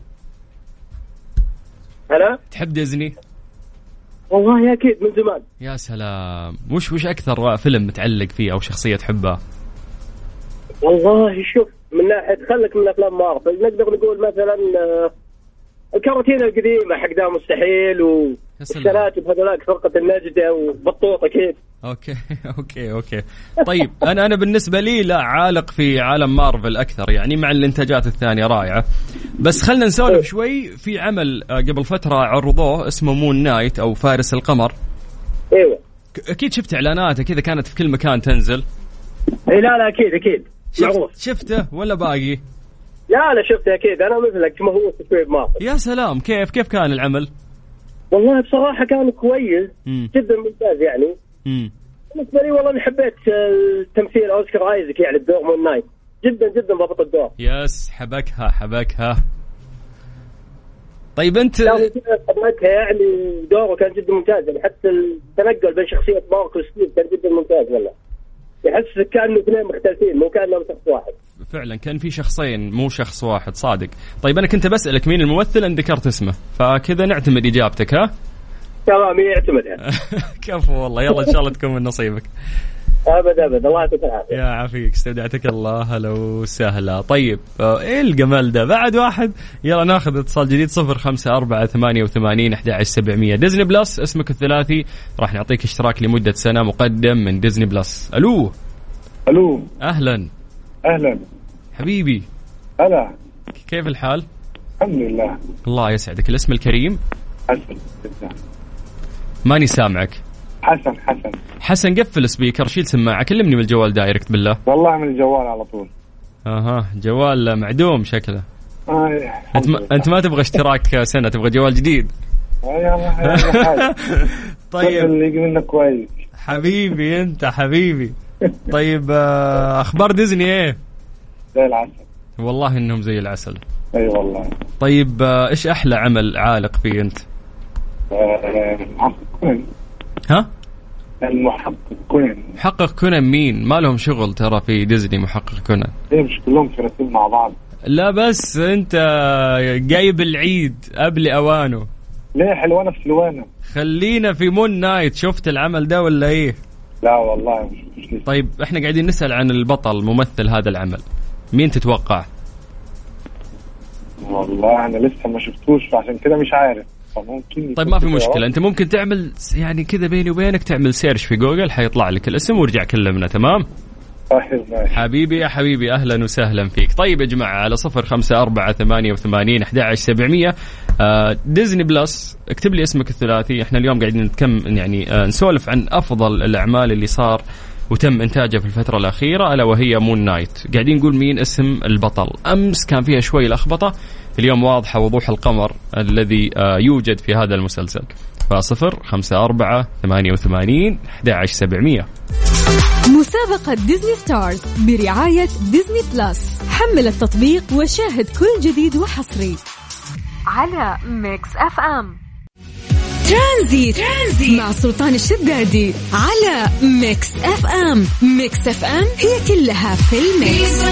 Speaker 7: هلا.
Speaker 3: تحب ديزني؟
Speaker 7: والله يا أكيد من زمان.
Speaker 3: يا سلام. وش وش أكثر فيلم متعلق فيه أو شخصية تحبها؟
Speaker 7: والله شوف، من ناحية خلك من أفلام مارفل نقدر نقول مثلا الكراتين القديمة حق دام مستحيل والسلاسل هذولاك، فرقة النجدة وبطوط أكيد.
Speaker 3: أوكي أوكي أوكي. طيب أنا أنا بالنسبة لي لا، عالق في عالم مارفل أكثر يعني، مع الإنتاجات الثانية رائعة. بس خلنا نسولف شوي في عمل قبل فترة عرضوه اسمه مون نايت أو فارس القمر.
Speaker 7: أيوة
Speaker 3: أكيد شفت إعلاناته كذا، كانت في كل مكان تنزل.
Speaker 7: إيه لا لا أكيد أكيد
Speaker 3: شفت شفته ولا باقي؟
Speaker 7: لا لا شفته أكيد. أنا مثلك مهووس شوي بمارفل.
Speaker 3: يا سلام. كيف كيف كان العمل؟
Speaker 7: والله بصراحة كان كويس
Speaker 3: مم.
Speaker 7: جدا ممتاز يعني.
Speaker 3: امم
Speaker 7: بالنسبة لي والله أنا حبيت تمثيل أوسكار آيزاك يعني الدور مون نايت، جدا جدا ضبط الدور.
Speaker 3: يس حبكها حبكها. طيب أنت
Speaker 7: يعني دوره كان جدا ممتاز، يعني حتى التنقل بين شخصية مارك وستيف كان جدا ممتاز والله، يحس كأنه اثنين مختلفين مو كأنهم شخص واحد.
Speaker 3: فعلا كان في شخصين مو شخص واحد، صادق. طيب أنا كنت بسألك مين الممثل أن ذكرت اسمه، فكذا نعتمد إجابتك. ها
Speaker 7: تمام يعتمدها.
Speaker 3: كفو والله، يلا إن شاء الله تكون من نصيبك.
Speaker 7: أبد أبد، الله يعطيك العافية.
Speaker 3: يا عافيك، استودعتك الله. هلا وسهلا. طيب إيه الجمال ده، بعد واحد. يلا ناخذ اتصال جديد. صفر خمسة أربعة ثمانية وثمانين أحد عشر سبعمية. ديزني بلس اسمك الثلاثي، راح نعطيك اشتراك لمدة سنة مقدم من ديزني بلس. ألو
Speaker 8: ألو
Speaker 3: أهلا
Speaker 8: أهلا
Speaker 3: حبيبي.
Speaker 8: هلا
Speaker 3: كيف الحال؟
Speaker 8: الحمد لله.
Speaker 3: الله يسعدك. الاسم الكريم؟
Speaker 8: حسن.
Speaker 3: ماني سامعك.
Speaker 8: حسن حسن
Speaker 3: حسن قفل سبيكر، شيل سماعة، كلمني من الجوال دايركت بالله.
Speaker 8: والله من الجوال على طول.
Speaker 3: اها جوال معدوم شكله.
Speaker 8: آه
Speaker 3: انت ما انت ما تبغى اشتراك سنة، تبغى جوال جديد.
Speaker 8: آه يلا يلا.
Speaker 3: طيب
Speaker 8: اللي يجي منك كويس
Speaker 3: حبيبي انت حبيبي. طيب اخبار ديزني ايه؟
Speaker 8: زي العسل
Speaker 3: والله انهم زي العسل.
Speaker 8: اي أيوة والله.
Speaker 3: طيب ايش احلى عمل عالق فيه انت؟
Speaker 8: محقق كونان.
Speaker 3: ها؟
Speaker 8: المحقق كونان.
Speaker 3: محقق كونان مين؟ ما لهم شغل ترى في ديزني محقق كونان.
Speaker 8: ليه مش كلهم شرسين مع بعض؟
Speaker 3: لا بس انت جايب العيد قبل اوانه.
Speaker 8: ليه حلوانة في حلوانة.
Speaker 3: خلينا في مون نايت. شفت العمل ده ولا ايه؟
Speaker 8: لا والله مش مش.
Speaker 3: طيب احنا قاعدين نسأل عن البطل ممثل هذا العمل، مين تتوقع؟
Speaker 8: والله انا لسه ما شفتوش فعشان كده مش عارف. فممكن.
Speaker 3: طيب ما في مشكلة، انت ممكن تعمل يعني كذا بيني وبينك، تعمل سيرش في جوجل حيطلع لك الاسم وارجع كلمنا. تمام حبيبي يا حبيبي، أهلا وسهلا فيك. طيب يا جماعة على صفر خمسة أربعة ثمانية وثمانين أحد عشر سبعمية. آه ديزني بلس، اكتب لي اسمك الثلاثي. احنا اليوم قاعدين نتكم يعني آه نسولف عن أفضل الأعمال اللي صار وتم إنتاجها في الفترة الأخيرة، ألا وهي مون نايت. قاعدين نقول مين اسم البطل. أمس كان فيها شوي لخبطة، اليوم واضحة وضوح القمر الذي آه يوجد في هذا المسلسل. فصفر خمسة أربعة ثمانية وثمانين أحد عشر سبعمية.
Speaker 2: مسابقة ديزني ستارز برعاية ديزني بلس. حمل التطبيق وشاهد كل جديد وحصري على ميكس اف ام. ترانزيت, ترانزيت مع سلطان الشدادي على ميكس اف ام. ميكس اف ام هي كلها في الميكس.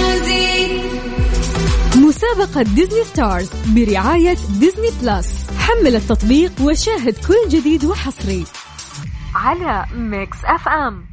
Speaker 2: مسابقة ديزني ستارز برعاية ديزني بلس. حمل التطبيق وشاهد كل جديد وحصري على ميكس اف ام.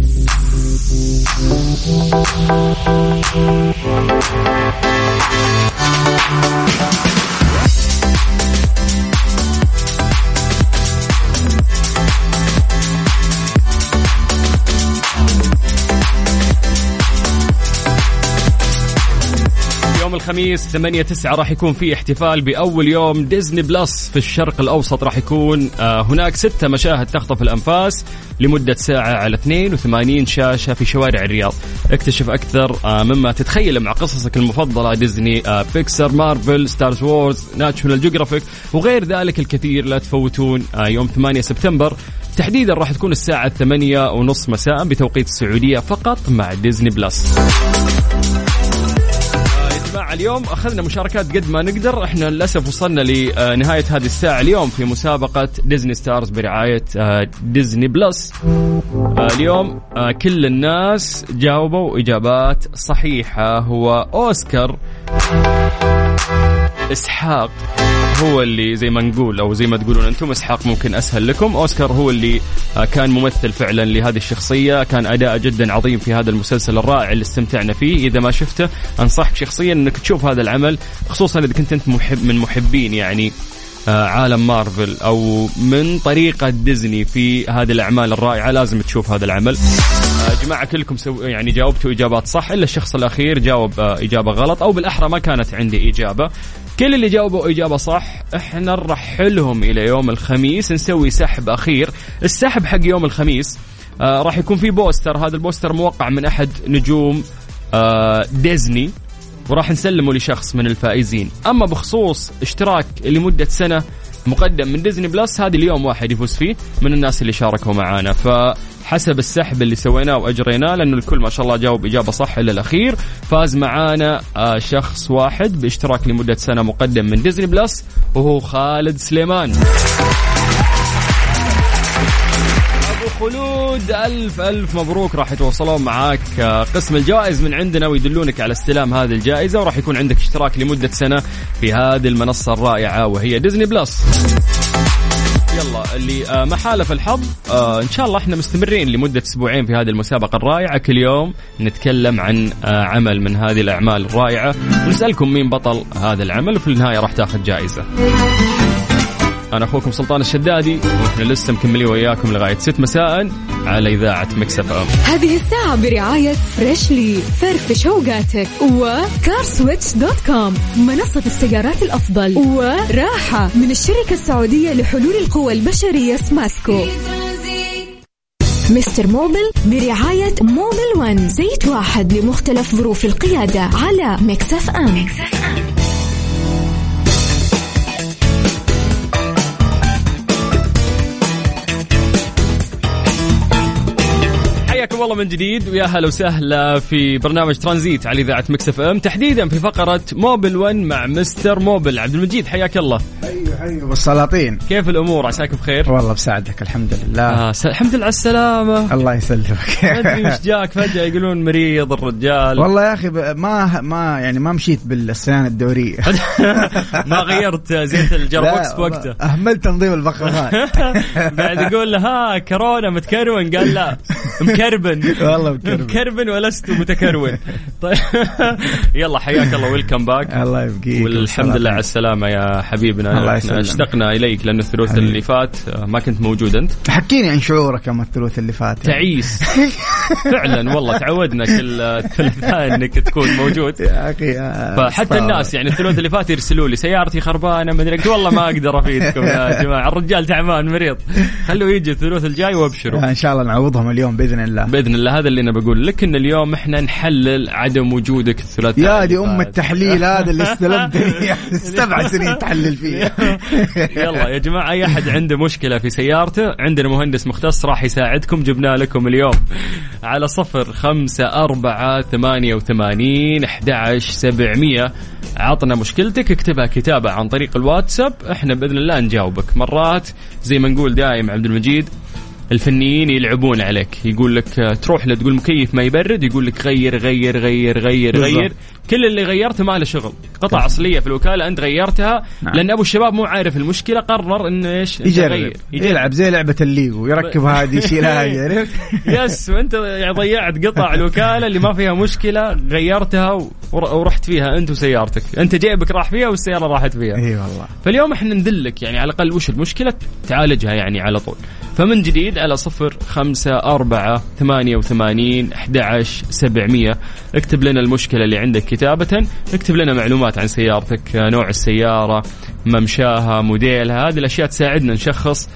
Speaker 3: يوم الخميس ثمانية تسعة راح يكون في احتفال بأول يوم ديزني بلس في الشرق الأوسط. راح يكون آه هناك ستة مشاهد تخطف الأنفاس لمدة ساعة على اثنين وثمانين شاشة في شوارع الرياض. اكتشف أكثر آه مما تتخيل مع قصصك المفضلة ديزني، آه بيكسر، مارفل، ستارز وورز، ناشونال جيوغرافيك وغير ذلك الكثير. لا تفوتون آه يوم ثمانية سبتمبر تحديدا، راح تكون الساعة ثمانية ونصف مساء بتوقيت السعودية فقط مع ديزني بلس. اليوم أخذنا مشاركات قد ما نقدر. احنا للأسف وصلنا لنهاية هذه الساعة اليوم في مسابقة ديزني ستارز برعاية ديزني بلس. اليوم كل الناس جاوبوا إجابات صحيحة. هو أوسكار إسحاق هو اللي زي ما نقول أو زي ما تقولون أنتم إسحاق ممكن أسهل لكم. أوسكار هو اللي كان ممثل فعلا لهذه الشخصية، كان أداء جدا عظيم في هذا المسلسل الرائع اللي استمتعنا فيه. إذا ما شفته أنصحك شخصيا أنك تشوف هذا العمل، خصوصا إذا كنت أنت محب من محبين يعني عالم مارفل أو من طريقة ديزني في هذه الأعمال الرائعة. لازم تشوف هذا العمل. جماعة كلكم سو يعني جاوبتوا إجابات صح إلا الشخص الأخير جاوب إجابة غلط، أو بالأحرى ما كانت عندي إجابة. كل اللي جاوبوا إجابة صح إحنا نرحلهم إلى يوم الخميس، نسوي سحب أخير. السحب حق يوم الخميس آه راح يكون في بوستر. هذا البوستر موقع من أحد نجوم آه ديزني وراح نسلمه لشخص من الفائزين. أما بخصوص اشتراك لمدة سنة مقدم من ديزني بلس. هذه اليوم واحد يفوز فيه من الناس اللي شاركوا معانا. فحسب السحب اللي سويناه وأجريناه، لأنه الكل ما شاء الله جاوب إجابة صح إلا الأخير، فاز معانا شخص واحد باشتراك لمدة سنة مقدم من ديزني بلس، وهو خالد سليمان. خلود ألف ألف مبروك، راح يتواصلون معاك قسم الجوائز من عندنا ويدلونك على استلام هذه الجائزة، وراح يكون عندك اشتراك لمدة سنة في هذه المنصة الرائعة وهي ديزني بلس. يلا اللي ما حالف الحظ إن شاء الله احنا مستمرين لمدة أسبوعين في هذه المسابقة الرائعة، كل يوم نتكلم عن عمل من هذه الأعمال الرائعة ونسألكم مين بطل هذا العمل، وفي النهاية راح تاخذ جائزة. أنا أخوكم سلطان الشدادي، وإحنا لسه مكملين وياكم لغاية ست مساء على إذاعة ميكس اف ام.
Speaker 2: هذه الساعة برعاية فريشلي، فرفش اوقاتك، وكارسويتش دوت كوم منصة السيارات الأفضل، وراحة من الشركة السعودية لحلول القوى البشرية سماسكو. مستر موبل برعاية موبل ون، زيت واحد لمختلف ظروف القيادة على ميكس اف ام.
Speaker 3: حياكم الله من جديد ويا هلا وسهلا في برنامج ترانزيت على إذاعة ميكس اف ام، تحديدا في فقرة موبل ون مع مستر موبل. عبد المجيد حياك الله.
Speaker 9: حيو حيو بالسلاطين،
Speaker 3: كيف الأمور؟ عساك بخير؟
Speaker 9: والله بساعدك الحمد لله.
Speaker 3: آه س... الحمد لله على السلامة.
Speaker 9: الله يسلمك.
Speaker 3: ما أدري وش جاك فجأة يقولون مريض الرجال.
Speaker 9: والله يا أخي ما ما يعني ما مشيت بالصيانة الدورية.
Speaker 3: ما غيرت زيت الجربوكس وقته.
Speaker 9: أهملت تنظيف البقرات.
Speaker 3: بعد يقول له ها كورونا متكرون، قال لا مكربن.
Speaker 9: والله مكربن
Speaker 3: مكربن ولست متكرون. طيب يلا حياك الله، ويلكم باك.
Speaker 9: الله يبقيك
Speaker 3: والحمد لله على السلامة يا حبيبنا.
Speaker 9: الله يسلمك.
Speaker 3: اشتقنا إليك لأنه الثلث حبيب. اللي فات ما كنت موجود أنت.
Speaker 9: حكيني عن شعورك يوم الثلث اللي فات.
Speaker 3: تعيس فعلا والله، تعودنا كل الثلاثاء انك تكون موجود
Speaker 9: يا اخي.
Speaker 3: فحتى الناس يعني الثلاث اللي فات يرسلوا لي سيارتي خربانه ما ادري، والله ما اقدر افيدكم يا جماعه، الرجال تعبان مريض، خلوه يجي الثلاث الجاي وابشروا
Speaker 9: ان شاء الله نعوضهم اليوم باذن الله.
Speaker 3: باذن الله. هذا اللي انا بقول لك، ان اليوم احنا نحلل عدم وجودك الثلاثاء.
Speaker 9: يا دي ام التحليل هذا اللي استلمتني سبع سنين تحلل فيه.
Speaker 3: يلا يا جماعه، اي احد عنده مشكله في سيارته عندنا مهندس مختص راح يساعدكم، جبنا لكم اليوم على صفر خمسة أربعة ثمانية وثمانين أحد عشر سبعمية. عطنا مشكلتك، اكتبها كتابة عن طريق الواتساب، احنا بإذن الله نجاوبك. مرات زي ما نقول دائم عبد المجيد، الفنيين يلعبون عليك، يقول لك تروح له تقول مكيف ما يبرد، يقول لك غير غير غير غير غير. كل اللي غيرته ما له شغل، قطع أصلية في الوكالة أنت غيرتها. نعم. لأن أبو الشباب مو عارف المشكلة، قرر إنه إيش
Speaker 9: يجرب يلعب زي لعبة الليغو، يركب هذه يشيلها يعرف.
Speaker 3: يس، وأنت ضيعت قطع الوكالة اللي ما فيها مشكلة، غيرتها ورحت فيها أنت وسيارتك، أنت جيبك راح فيها والسيارة راحت فيها.
Speaker 9: إيه والله.
Speaker 3: فاليوم إحنا ندلك يعني على الأقل وش المشكلة تعالجها يعني على طول. فمن جديد على صفر خمسة أربعة ثمانية وثمانين أحد عشر سبعمية اكتب لنا المشكلة اللي عندك كتابة، اكتب لنا معلومات عن سيارتك، نوع السيارة، ممشاها، موديلها، هذه الأشياء تساعدنا نشخص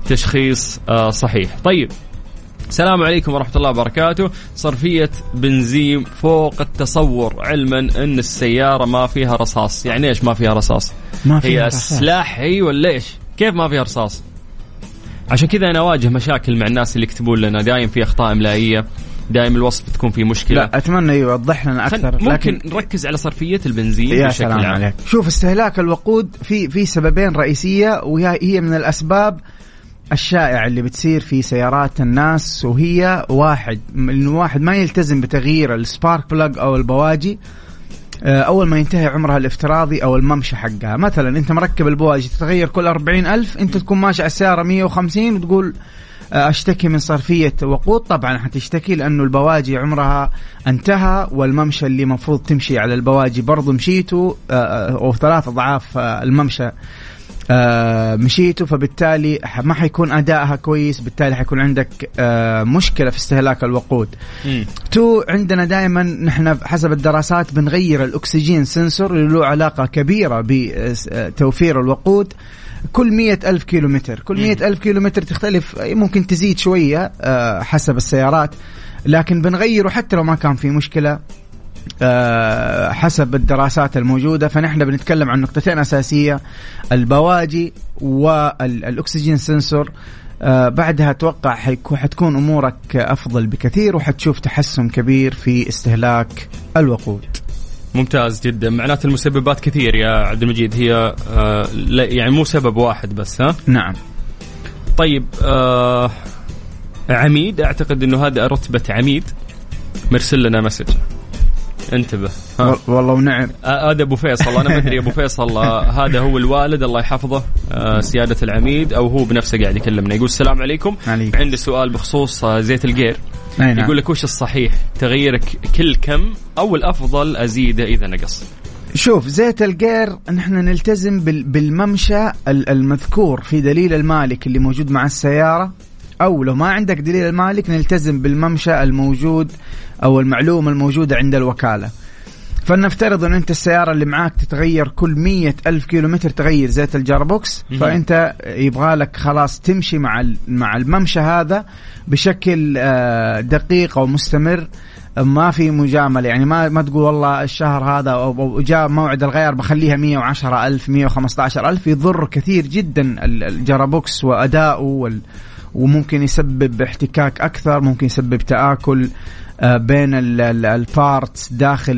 Speaker 3: تشخيص صحيح. طيب، السلام عليكم ورحمة الله وبركاته. صرفية بنزين فوق التصور، علما أن السيارة ما فيها رصاص. يعني إيش ما فيها رصاص؟
Speaker 9: ما فيها
Speaker 3: هي
Speaker 9: رصاص.
Speaker 3: سلاح هي ولا إيش؟ كيف ما فيها رصاص؟ عشان كذا أنا أواجه مشاكل مع الناس اللي يكتبون لنا دائم في أخطاء إملائية، دائم الوصف تكون في مشكلة.
Speaker 9: لا أتمنى يوضح لنا أكثر.
Speaker 3: ممكن
Speaker 9: لكن
Speaker 3: نركز على صرفية البنزين
Speaker 9: يا
Speaker 3: بشكل
Speaker 9: سلام
Speaker 3: عام.
Speaker 9: عليك. شوف، استهلاك الوقود في في سببين رئيسية، وهي هي من الأسباب الشائعة اللي بتصير في سيارات الناس، وهي واحد من واحد ما يلتزم بتغيير السبارك بلاج أو البواجي أول ما ينتهي عمرها الافتراضي أو الممشى حقها. مثلا أنت مركب البواجي تتغير كل أربعين ألف، أنت تكون ماشي على السيارة مية وخمسين وتقول أشتكي من صرفية وقود. طبعا حتشتكي لأنه البواجي عمرها انتهى، والممشى اللي مفروض تمشي على البواجي برضو مشيته أو ثلاث أضعاف الممشى مشيته، فبالتالي ما حيكون أدائها كويس، بالتالي حيكون عندك مشكلة في استهلاك الوقود. م. تو عندنا دائما نحن حسب الدراسات بنغير الأكسجين سنسور اللي له علاقة كبيرة بتوفير الوقود كل مية ألف كيلومتر. كل مية ألف كيلومتر تختلف، ممكن تزيد شوية حسب السيارات، لكن بنغيره حتى لو ما كان في مشكلة أه حسب الدراسات الموجودة. فنحن بنتكلم عن نقطتين أساسية، البواجي والأكسجين سنسور. أه بعدها أتوقع حتكون أمورك أفضل بكثير وحتشوف تحسن كبير في استهلاك الوقود.
Speaker 3: ممتاز جدا. معناته المسببات كثير يا عبد المجيد، هي آه يعني مو سبب واحد بس. ها
Speaker 9: نعم.
Speaker 3: طيب آه عميد، أعتقد أنه هذا رتبة عميد، مرسل لنا مسج، انتبه.
Speaker 9: والله ونعم.
Speaker 3: هذا أبو فيصل، أنا ما أدري أبو فيصل هذا هو الوالد الله يحفظه آه سيادة العميد، أو هو بنفسه قاعد يكلمنا. يقول السلام عليكم،
Speaker 9: عليكم.
Speaker 3: عندي سؤال بخصوص زيت القير.
Speaker 9: نعم.
Speaker 3: يقول لك وش الصحيح، تغييرك كل كم أو الأفضل أزيده إذا نقص؟
Speaker 9: شوف زيت القير نحن نلتزم بالممشى المذكور في دليل المالك اللي موجود مع السيارة، أو لو ما عندك دليل المالك نلتزم بالممشى الموجود أو المعلومة الموجودة عند الوكالة. فلنفترض أن أنت السيارة اللي معاك تتغير كل مية ألف كيلومتر تغير زيت الجاربوكس، فأنت يبغالك خلاص تمشي مع مع الممشى هذا بشكل دقيق أو مستمر، ما في مجاملة. يعني ما ما تقول والله الشهر هذا أو جاء موعد الغيار بخليها مية وعشرة ألف مية وخمسة عشر ألف، يضر كثير جدا الجاربوكس وأداؤه، وممكن يسبب احتكاك أكثر، ممكن يسبب تآكل بين البارتس داخل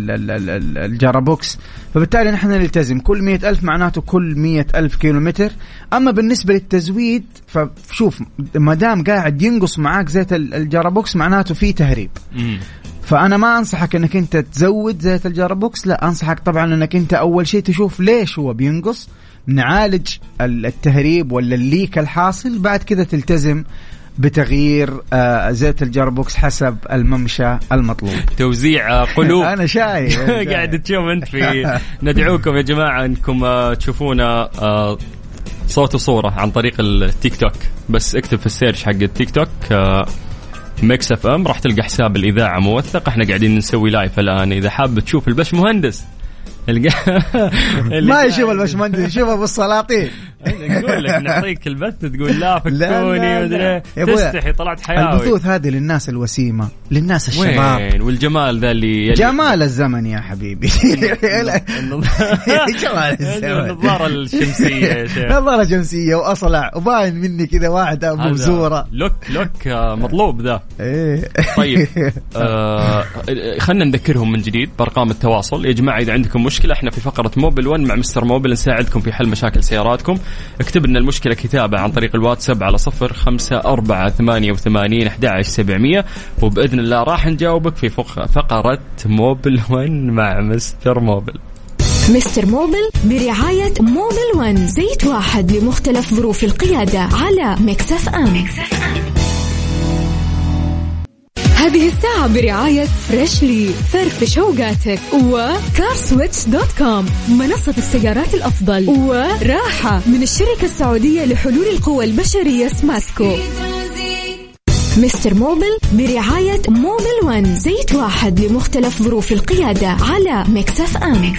Speaker 9: الجاربوكس. فبالتالي نحن نلتزم كل مية ألف، معناته كل مية ألف كيلومتر. أما بالنسبة للتزويد فشوف ما دام قاعد ينقص معاك زيت الجاربوكس معناته فيه تهريب. فأنا ما أنصحك أنك أنت تزود زيت الجاربوكس، لا أنصحك طبعا أنك أنت أول شيء تشوف ليش هو بينقص، نعالج التهريب ولا الليك الحاصل، بعد كذا تلتزم بتغيير زيت الجاربوكس حسب الممشى المطلوب.
Speaker 3: توزيع قلوب.
Speaker 9: أنا شايف
Speaker 3: قاعد تشوف أنت في. ندعوكم يا جماعة أنكم تشوفونا صوت وصورة عن طريق التيك توك، بس اكتب في السيرش حق التيك توك ميكس اف ام راح تلقى حساب الإذاعة موثق. احنا قاعدين نسوي لايف الآن، إذا حاب تشوف البش مهندس
Speaker 9: ما يشوف البشمهندس، يشوف ابو السلاطين.
Speaker 3: نقول لك نعطيك البث تقول لا فكوني مدري تستحي، طلعت حياوي.
Speaker 9: البثوث هذه للناس الوسيمة، للناس الشباب،
Speaker 3: والجمال ذا اللي
Speaker 9: جمال الزمن يا حبيبي.
Speaker 3: جمال الزمن. النظارة الشمسية يا شيخ،
Speaker 9: نظارة شمسية وأصلع وباين مني كذا واحد أبو زورة.
Speaker 3: لوك لوك مطلوب ذا. طيب آه خلنا نذكرهم من جديد بأرقام التواصل يا جماعة. إذا عندكم مشكلة احنا في فقرة موبل ون مع مستر موبل نساعدكم في حل مشاكل سياراتكم. اكتب لنا المشكلة كتابة عن طريق الواتساب على صفر خمسة أربعة ثمانية وثمانين أحد عشر سبعمية، وبإذن الله راح نجاوبك في فقرة موبل ون مع مستر موبل.
Speaker 2: مستر موبل برعاية موبل ون، زيت واحد لمختلف ظروف القيادة على ميكس اف ام. هذه الساعة برعاية فريشلي، فرفش اوقاتك، وكارسويتش دوت كوم منصة السيارات الأفضل، وراحة من الشركة السعودية لحلول القوى البشرية سماسكو. مستر موبل برعاية موبل ون، زيت واحد لمختلف ظروف القيادة على ميكس اف ام.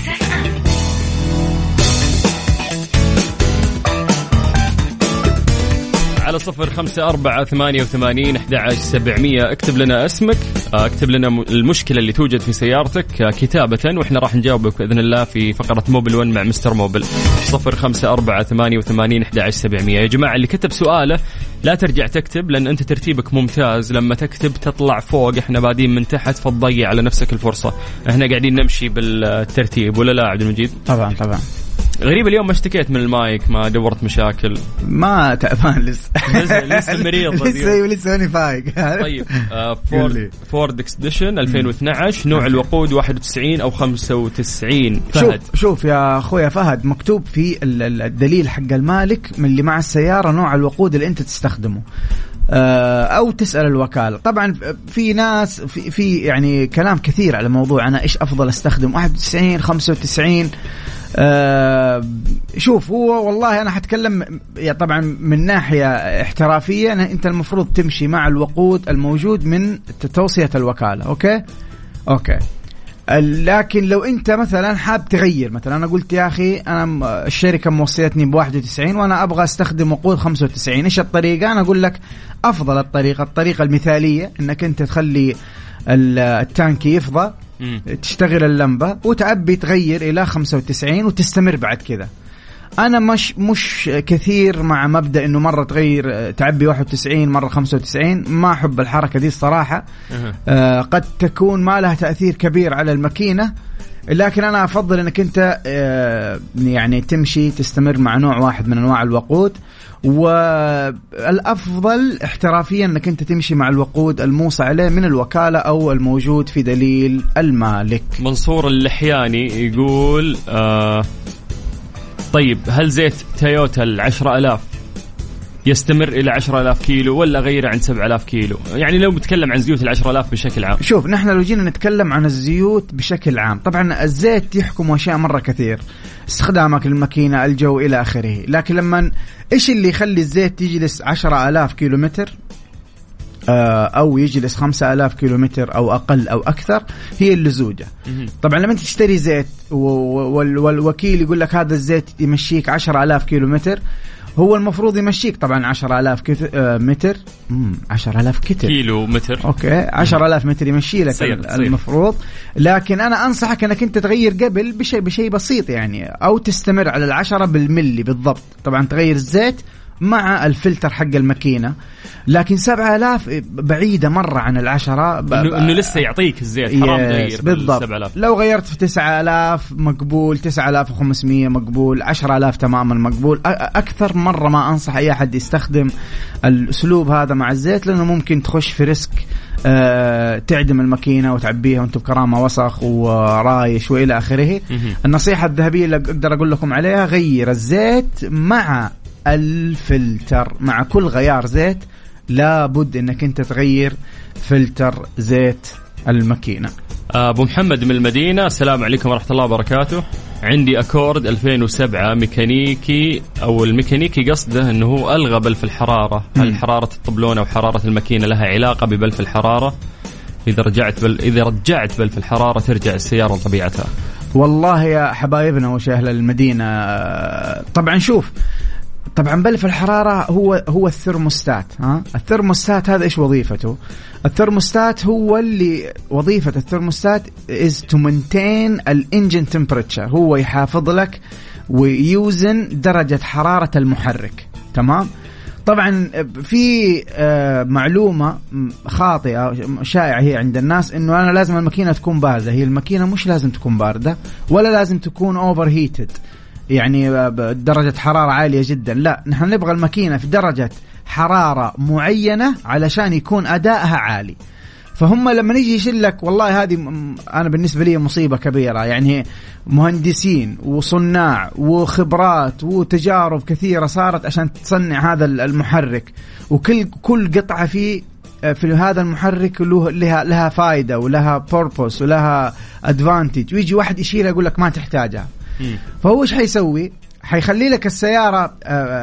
Speaker 3: على صفر خمسة أربعة ثمانية وثمانين أحد عشر سبعمية اكتب لنا اسمك، اكتب لنا المشكلة اللي توجد في سيارتك كتابة، وإحنا راح نجاوبك بإذن الله في فقرة موبل ون مع مستر موبل. صفر خمسة أربعة ثمانية وثمانين أحد عشر سبعمية. يا جماعة اللي كتب سؤاله لا ترجع تكتب، لأن أنت ترتيبك ممتاز، لما تكتب تطلع فوق، إحنا بادين من تحت فتضيع على نفسك الفرصة. إحنا قاعدين نمشي بالترتيب ولا لا عبد المجيد؟
Speaker 9: طبعا طبعا.
Speaker 3: غريب اليوم ما اشتكيت من المايك، ما دورت مشاكل،
Speaker 9: ما تعبان لسه
Speaker 3: لسه مريض
Speaker 9: لسه لسه أنا فايق.
Speaker 3: طيب آه فورد فورد اكسبيشن ألفين واثني عشر، نوع الوقود واحد وتسعين أو خمسة وتسعين.
Speaker 9: فهد شوف شوف يا أخويا فهد، مكتوب في الدليل حق المالك من اللي مع السيارة نوع الوقود اللي أنت تستخدمه، أو تسأل الوكالة. طبعا في ناس في, في يعني كلام كثير على موضوع أنا إيش أفضل أستخدم، واحد وتسعين خمسة وتسعين. أه شوف هو والله أنا حتكلم طبعا من ناحية احترافية، أنا أنت المفروض تمشي مع الوقود الموجود من توصية الوكالة. أوكي أوكي لكن لو أنت مثلا حاب تغير، مثلا أنا قلت يا أخي أنا الشركة موصيتني بواحد وتسعين وأنا أبغى أستخدم وقود خمسة وتسعين، إيش الطريقة؟ أنا أقول لك أفضل الطريقة الطريقة المثالية أنك أنت تخلي التانك يفضى تشتغل اللمبة وتعبي تغير إلى خمسة وتسعين وتستمر بعد كذا. أنا مش مش كثير مع مبدأ إنه مرة تغير تعبي واحد وتسعين مرة خمسة وتسعين، ما أحب الحركة دي الصراحة. آه قد تكون ما لها تأثير كبير على الماكينة، لكن أنا أفضل إنك أنت آه يعني تمشي تستمر مع نوع واحد من أنواع الوقود، والأفضل احترافيا إنك أنت تمشي مع الوقود الموصى عليه من الوكالة أو الموجود في دليل المالك.
Speaker 3: منصور اللحياني يقول آه طيب هل زيت تويوتا العشرة ألاف يستمر إلى عشرة ألاف كيلو ولا غيره عند سبعة ألاف كيلو؟ يعني لو بتكلم عن زيوت العشرة ألاف بشكل عام.
Speaker 9: شوف نحن لو جينا نتكلم عن الزيوت بشكل عام، طبعا الزيت يحكم أشياء مرة كثير، استخدامك للماكينة، الجو إلى آخره، لكن لما إيش اللي يخلي الزيت يجلس عشرة ألاف كيلو متر أو يجلس خمسة ألاف كيلو متر أو أقل أو أكثر؟ هي اللزوجة. طبعا لما أنت تشتري زيت والوكيل يقول لك هذا الزيت يمشيك عشرة ألاف كيلو متر، هو المفروض يمشيك طبعا عشرة ألاف متر عشرة ألاف كتر
Speaker 3: كيلو متر
Speaker 9: أوكي عشرة ألاف متر يمشي لك المفروض. لكن أنا أنصحك أنك أنت تغير قبل بشيء بشيء بسيط يعني، أو تستمر على العشرة بالملي بالضبط. طبعا تغير الزيت مع الفلتر حق الماكينة، لكن سبعة آلاف بعيدة مرة عن العشرة،
Speaker 3: إنه, إنه لسه يعطيك الزيت حرام تغير
Speaker 9: بالضبط. لو غيرت في تسعة آلاف مقبول، تسعة آلاف وخمسمية مقبول، عشرة آلاف تماما مقبول. أكثر مرة ما أنصح أي أحد يستخدم الأسلوب هذا مع الزيت، لأنه ممكن تخش في ريسك أه تعدم الماكينة وتعبيها وانتم بكرامة وسخ ورايش وإلى آخره. النصيحة الذهبية اللي أقدر أقول لكم عليها، غير الزيت مع الفلتر. مع كل غيار زيت لابد انك انت تغير فلتر زيت الماكينة.
Speaker 3: ابو محمد من المدينة، السلام عليكم ورحمة الله وبركاته. عندي اكورد ألفين وسبعة ميكانيكي، او الميكانيكي قصده انه هو الغى بلف الحرارة. هل حرارة الطبلون او حرارة الماكينة لها علاقة ببلف الحرارة؟ اذا رجعت بل اذا رجعت بلف الحرارة ترجع السيارة لطبيعتها.
Speaker 9: والله يا حبايبنا وشاهل المدينة، طبعا شوف، طبعا بلف الحرارة هو هو الثرموستات. ها الثرموستات هذا ايش وظيفته؟ الثرموستات هو اللي وظيفة الثرموستات is to maintain الانجن temperature، هو يحافظ لك ويوزن درجة حرارة المحرك. تمام. طبعا في معلومة خاطئة شائعة هي عند الناس، انه انا لازم الماكينة تكون باردة. هي الماكينة مش لازم تكون باردة، ولا لازم تكون اوفر هيتد يعني درجة حرارة عالية جدا. لا، نحن نبغى الماكينة في درجة حرارة معينة علشان يكون أدائها عالي. فهم لما نيجي يشلك، والله هذه أنا بالنسبة لي مصيبة كبيرة. يعني مهندسين وصناع وخبرات وتجارب كثيرة صارت عشان تصنع هذا المحرك، وكل كل قطعة فيه في هذا المحرك له لها لها فائدة ولها بوربوس ولها أدفانتج، ويجي واحد يشيلها يقول لك ما تحتاجها. فهو ايش حيسوي؟ حيخلي لك السيارة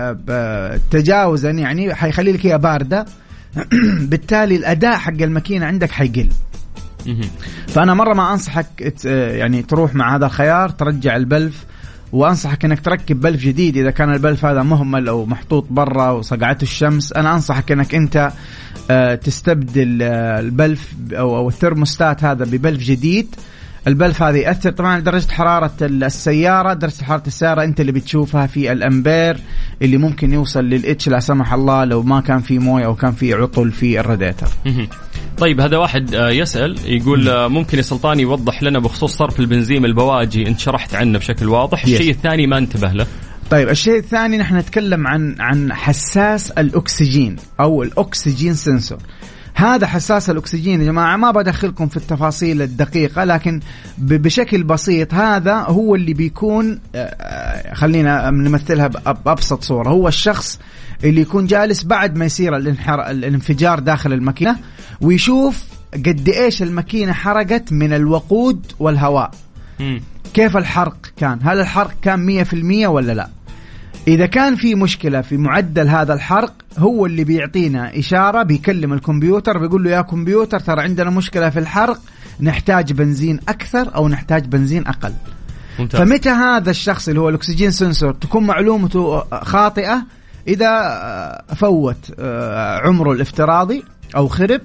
Speaker 9: تجاوزا، يعني حيخلي لك هي باردة، بالتالي الأداء حق الماكينة عندك حيقل. فأنا مرة ما أنصحك يعني تروح مع هذا الخيار ترجع البلف، وأنصحك أنك تركب بلف جديد. إذا كان البلف هذا مهمل أو محطوط برا وصقعته الشمس، أنا أنصحك أنك أنت تستبدل البلف أو الثرموستات هذا ببلف جديد. البلف هذه يأثر طبعا درجة حرارة السيارة. درجة حرارة السيارة أنت اللي بتشوفها في الأمبير اللي ممكن يوصل للإتش لا سمح الله لو ما كان في موية أو كان في عطل في الراديتر.
Speaker 3: طيب هذا واحد يسأل يقول ممكن يا سلطان يوضح لنا بخصوص صرف البنزين البواجي؟ انت شرحت عنه بشكل واضح. الشيء الثاني ما انتبه له.
Speaker 9: طيب الشيء الثاني نحن نتكلم عن عن حساس الأكسجين أو الأكسجين سنسور. هذا حساس الأكسجين يا جماعة، ما بدخلكم في التفاصيل الدقيقة، لكن بشكل بسيط هذا هو اللي بيكون، خلينا نمثلها بأبسط صورة، هو الشخص اللي يكون جالس بعد ما يصير الانفجار داخل الماكينة ويشوف قد إيش الماكينة حرقت من الوقود والهواء. م. كيف الحرق كان؟ هل الحرق كان مية في المية ولا لا؟ إذا كان في مشكلة في معدل هذا الحرق، هو اللي بيعطينا إشارة، بيكلم الكمبيوتر بيقول له يا كمبيوتر ترى عندنا مشكلة في الحرق، نحتاج بنزين أكثر أو نحتاج بنزين أقل. ممتاز. فمتى هذا الشخص اللي هو الأكسجين سنسور تكون معلومته خاطئة؟ إذا فوت عمره الافتراضي أو خرب،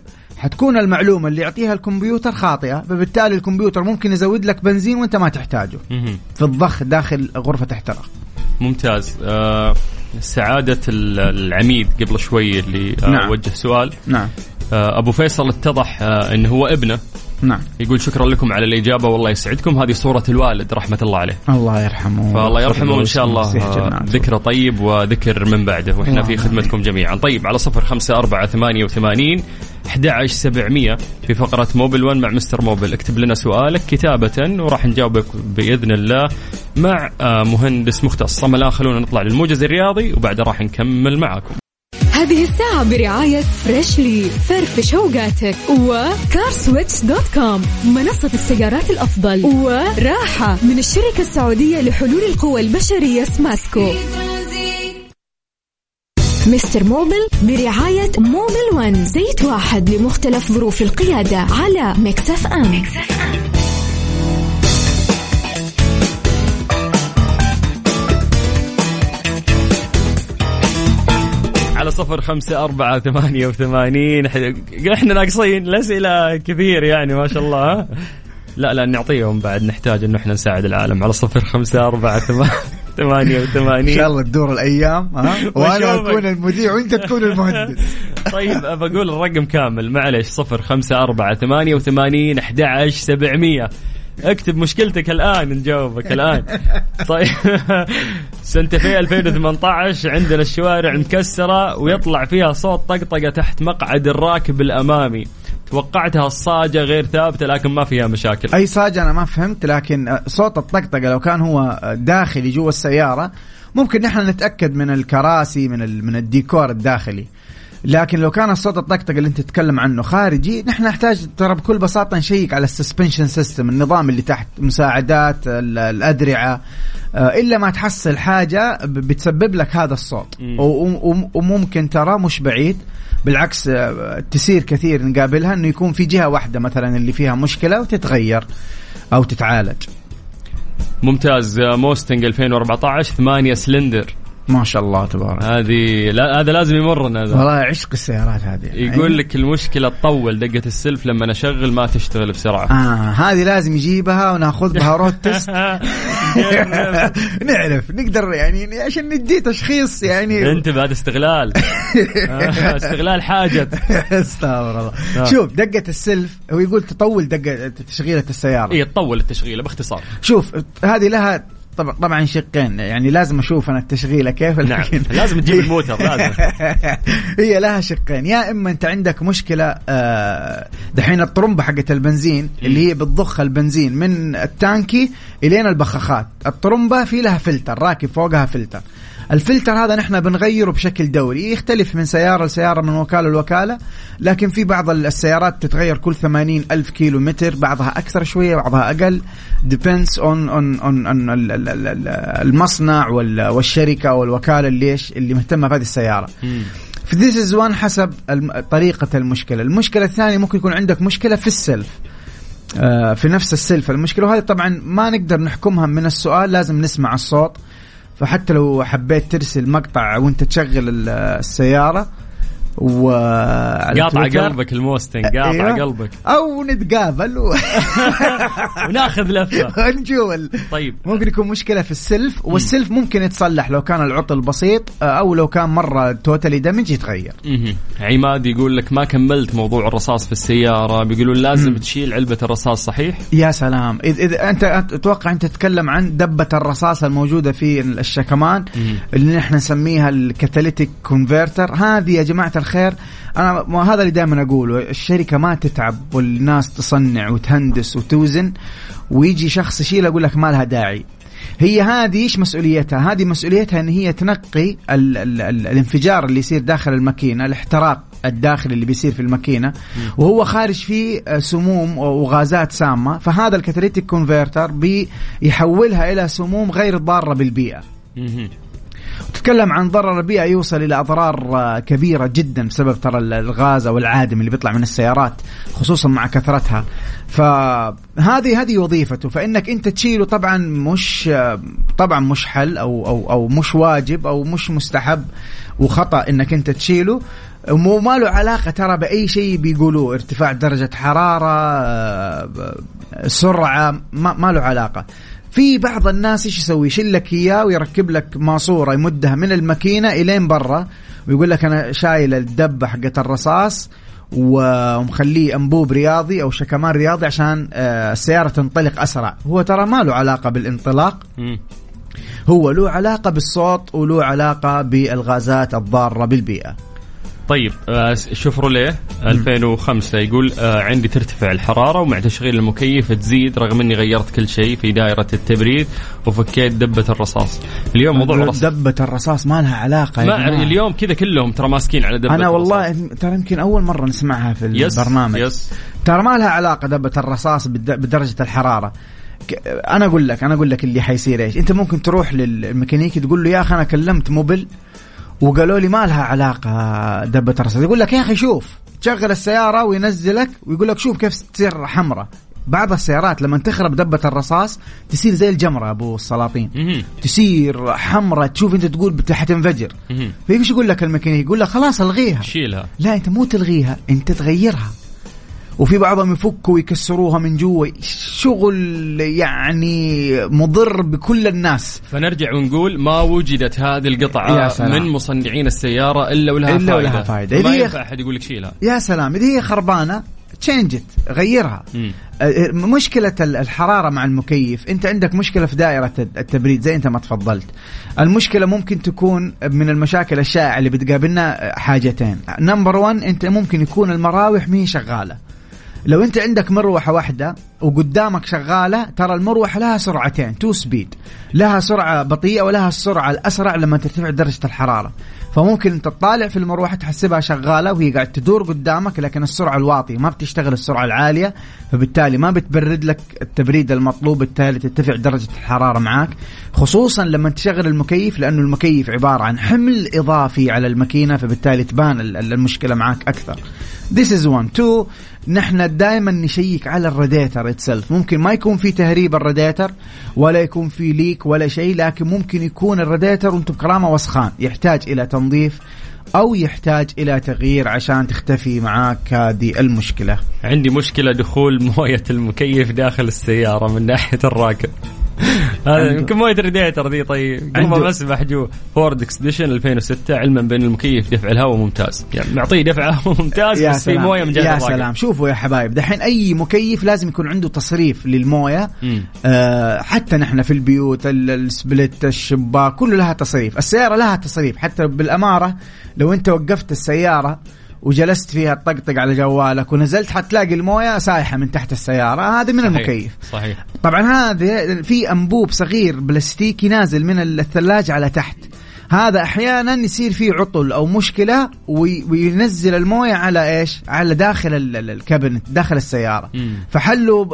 Speaker 9: حتكون المعلومة اللي يعطيها الكمبيوتر خاطئة، فبالتالي الكمبيوتر ممكن يزود لك بنزين وانت ما تحتاجه في الضخ داخل غرفة احتراق.
Speaker 3: ممتاز. آه سعادة العميد قبل شوي اللي آه نعم. وجه سؤال.
Speaker 9: نعم.
Speaker 3: آه أبو فيصل اتضح آه إنه هو ابنه.
Speaker 9: نعم.
Speaker 3: يقول شكرا لكم على الإجابة والله يسعدكم. هذه صورة الوالد رحمة الله عليه.
Speaker 9: الله يرحمه.
Speaker 3: فالله يرحمه إن شاء الله ذكر طيب وذكر من بعده وإحنا في خدمتكم جميعا. طيب على صفر خمسة أربعة ثمانية وثمانين أحد عشر سبعمية في فقرة موبل ون مع مستر موبل. اكتب لنا سؤالك كتابة وراح نجاوبك بإذن الله مع مهندس مختص. أما الآن خلونا نطلع للموجز الرياضي وبعد راح نكمل معاكم.
Speaker 2: هذه الساعة برعاية فريشلي فرفش اوقاتك وكارسويتش دوت كوم منصة السيارات الأفضل وراحة من الشركة السعودية لحلول القوى البشرية سماسكو. مستر موبل برعاية موبل ون زيت واحد لمختلف ظروف القيادة على ميكس اف ام.
Speaker 3: على صفر خمسة أربعة ثمانية وثمانين إحنا ناقصين الأسئلة كثير يعني ما شاء الله. لا لا نعطيهم بعد نحتاج إنه إحنا نساعد العالم. على صفر خمسة أربعة ثمانية وثمانين
Speaker 9: إن شاء الله تدور الأيام ها وأنا أكون المذيع وأنت تكون المهندس.
Speaker 3: طيب بقول الرقم كامل معلش صفر خمسة أربعة ثمانية وثمانين أحد عشر سبعمية. اكتب مشكلتك الآن نجاوبك الآن. طيب سنة في ألفين وثمانية عشر عندنا الشوارع مكسرة ويطلع فيها صوت طقطقة تحت مقعد الراكب الأمامي. توقعتها الصاجة غير ثابتة لكن ما فيها مشاكل.
Speaker 9: أي صاجة أنا ما فهمت، لكن صوت الطقطقة لو كان هو داخلي جوا السيارة ممكن نحن نتأكد من الكراسي من من الديكور الداخلي، لكن لو كان الصوت الطقطقة اللي انت تتكلم عنه خارجي نحن نحتاج ترى بكل بساطة نشيك على السسبنشن سيستم، النظام اللي تحت مساعدات الأدرعة، إلا ما تحصل حاجة بتسبب لك هذا الصوت. وممكن ترى مش بعيد بالعكس تسير كثير نقابلها انه يكون في جهة واحدة مثلا اللي فيها مشكلة وتتغير او تتعالج.
Speaker 3: ممتاز. موستنج ألفين وأربعة عشر ثمانية سلندر
Speaker 9: ما شاء الله تبارك.
Speaker 3: هذه لا هذا لازم يمرنا هذا.
Speaker 9: والله عشق السيارات هذه.
Speaker 3: يقول لك المشكلة تطول دقة السلف لما نشغل ما تشتغل بسرعة.
Speaker 9: آه هذه لازم يجيبها وناخذ بها رود تيست. نعرف نقدر يعني عشان ندي تشخيص يعني.
Speaker 3: انت بعد استغلال. آه استغلال حاجة.
Speaker 9: استغفر الله. آه. شوف دقة السلف هو يقول تطول دقة تشغيلة السيارة.
Speaker 3: ايه تطول التشغيلة باختصار.
Speaker 9: شوف هذه لها طبعا طبعا شقين يعني لازم اشوف انا التشغيله كيف.
Speaker 3: نعم. لازم تجيب الموتر لازم.
Speaker 9: هي لها شقين، يا اما انت عندك مشكله دحين الطرمبه حقت البنزين اللي هي بتضخ البنزين من التانكي الين البخاخات. الطرمبه في لها فلتر راكب فوقها فلتر. الفلتر هذا نحن بنغيره بشكل دوري، يختلف من سيارة لسيارة من وكالة لوكالة، لكن في بعض السيارات تتغير كل ثمانين ألف كيلو متر، بعضها أكثر شوية بعضها أقل depends on, on, on, on المصنع والشركة والوكالة اللي اللي مهتمة بهذه السيارة. في this is one حسب طريقة المشكلة. المشكلة الثانية ممكن يكون عندك مشكلة في السلف، في نفس السلف المشكلة، وهذه طبعا ما نقدر نحكمها من السؤال، لازم نسمع الصوت. فحتى لو حبيت ترسل مقطع وانت تشغل السيارة
Speaker 3: وقاطع قلبك الموستنج قاطع أيوة. قلبك
Speaker 9: او نتقابل و...
Speaker 3: وناخذ لفه
Speaker 9: نجول.
Speaker 3: طيب
Speaker 9: ممكن يكون مشكله في السلف، والسلف ممكن يتصلح لو كان العطل بسيط، او لو كان مره توتالي دمج يتغير.
Speaker 3: عماد يقول لك ما كملت موضوع الرصاص في السياره، بيقولون لازم مم. تشيل علبه الرصاص، صحيح؟
Speaker 9: يا سلام. اذا انت اتوقع انت تتكلم عن دبه الرصاص الموجوده في الشكمان مم. اللي نحن نسميها الكاتاليتيك كونفرتر. هذه يا جماعه الخير أنا ما هذا اللي دائما أقوله، الشركة ما تتعب والناس تصنع وتهندس وتوزن ويجي شخص يشيل أقول لك ما لها داعي. هي هذه إيش مسؤوليتها؟ هذه مسؤوليتها أن هي تنقي ال ال ال الانفجار اللي يصير داخل الماكينة، الاحتراق الداخلي اللي بيصير في الماكينة وهو خارج فيه سموم وغازات سامة، فهذا الكاتاليتيك كونفرتر بيحولها إلى سموم غير ضارة بالبيئة. نتكلم عن ضرر البيئة يوصل إلى أضرار كبيرة جدا بسبب ترى الغاز أو العادم اللي بيطلع من السيارات خصوصا مع كثرتها. فهذه هذه وظيفته، فإنك أنت تشيله طبعا مش طبعا مش حل أو أو أو مش واجب أو مش مستحب وخطأ إنك أنت تشيله، وما له علاقة ترى بأي شيء بيقولوه، ارتفاع درجة حرارة، سرعة، ما, ما له علاقة. في بعض الناس إيش يسوي؟ يشيل لك إياه ويركب لك ماسورة يمدها من الماكينة إلين برا، ويقول لك أنا شايل الدبة حقة الرصاص ومخليه أنبوب رياضي أو شكمان رياضي عشان السيارة تنطلق أسرع. هو ترى ما له علاقة بالانطلاق، هو له علاقة بالصوت وله علاقة بالغازات الضارة بالبيئة.
Speaker 3: طيب شفروليه ألفين وخمسة يقول آه عندي ترتفع الحرارة ومع تشغيل المكيف تزيد رغم اني غيرت كل شيء في دائرة التبريد وفكيت دبة الرصاص. اليوم موضوع الرصاص.
Speaker 9: دبة الرصاص ما لها علاقة
Speaker 3: ما اليوم كذا كلهم ترى ماسكين على دبة
Speaker 9: أنا
Speaker 3: الرصاص.
Speaker 9: والله ترى يمكن أول مرة نسمعها في
Speaker 3: يس
Speaker 9: البرنامج.
Speaker 3: يس.
Speaker 9: ترى ما لها علاقة دبة الرصاص بدرجة الحرارة. أنا أقول لك أنا أقول لك اللي حيصير إيش. أنت ممكن تروح للميكانيكي تقول له يا أخي أنا كلمت موبل وقالوا لي ما لها علاقة دبة الرصاص. يقول لك يا أخي شوف، تشغل السيارة وينزلك ويقول لك شوف كيف تصير حمرة. بعض السيارات لما تخرب دبة الرصاص تصير زي الجمرة أبو السلاطين، تصير حمرة، تشوف أنت تقول حتنفجر. فيش يقول لك الميكانيكي؟ يقول لك خلاص ألغيها،
Speaker 3: شيلها.
Speaker 9: لا أنت مو تلغيها، أنت تغيرها. وفي بعضهم يفكوا ويكسروها من جوا، شغل يعني مضر بكل الناس.
Speaker 3: فنرجع ونقول ما وجدت هذه القطعة من مصنعين السيارة إلا ولها
Speaker 9: إلا
Speaker 3: فائدة,
Speaker 9: ولها فائدة.
Speaker 3: ما ينفع أحد يقول لك شيلها.
Speaker 9: يا سلام، إذا هي خربانة تشينجت، غيرها. م. مشكلة الحرارة مع المكيف، أنت عندك مشكلة في دائرة التبريد زي أنت ما تفضلت. المشكلة ممكن تكون من المشاكل الشائعة اللي بتقابلنا حاجتين. نمبر وان، أنت ممكن يكون المراوح مي شغالة. لو أنت عندك مروحة واحدة وقدامك شغالة، ترى المروحة لها سرعتين، تو سبيد، لها سرعة بطيئة ولها السرعة الأسرع لما ترتفع درجة الحرارة. فممكن أنت تطالع في المروحة تحسبها شغالة وهي قاعد تدور قدامك، لكن السرعة الواطية ما بتشتغل السرعة العالية، فبالتالي ما بتبرد لك التبريد المطلوب، بالتالي ترتفع درجة الحرارة معاك، خصوصا لما تشغل المكيف، لأنه المكيف عبارة عن حمل إضافي على الماكينة، فبالتالي تبان المشكلة معاك أكثر. This is one. two. نحن دائما نشيك على الراديتر itself. ممكن ما يكون في تهريب الراديتر ولا يكون في ليك ولا شيء، لكن ممكن يكون الراديتر وانتم بكرامة وسخان، يحتاج إلى تنظيف أو يحتاج إلى تغيير عشان تختفي معاك هذه المشكلة.
Speaker 3: عندي مشكلة دخول موية المكيف داخل السيارة من ناحية الراكب. هذا يمكن مويه الراديتر ذي. طيب قبل ما اسمح جو فورد اكسبيشن ألفين وستة، علما بين المكيف دفع الهواء ممتاز، يعني معطيه دفع هواء ممتاز بس في مويه من جهه
Speaker 9: يا سلام. شوفوا يا حبايب، دحين اي مكيف لازم يكون عنده تصريف للمويه. آه حتى نحن في البيوت السبلت الشباك كله لها تصريف، السياره لها تصريف. حتى بالاماره لو انت وقفت السياره وجلست فيها تطقطق على جوالك ونزلت حتلاقي المويه سايحه من تحت السياره، هذا من صحيح. المكيف
Speaker 3: صحيح.
Speaker 9: طبعا هذا في انبوب صغير بلاستيكي نازل من الثلاجه على تحت، هذا احيانا يصير فيه عطل او مشكله وينزل المويه على ايش، على داخل الكابينت داخل السياره. مم. فحله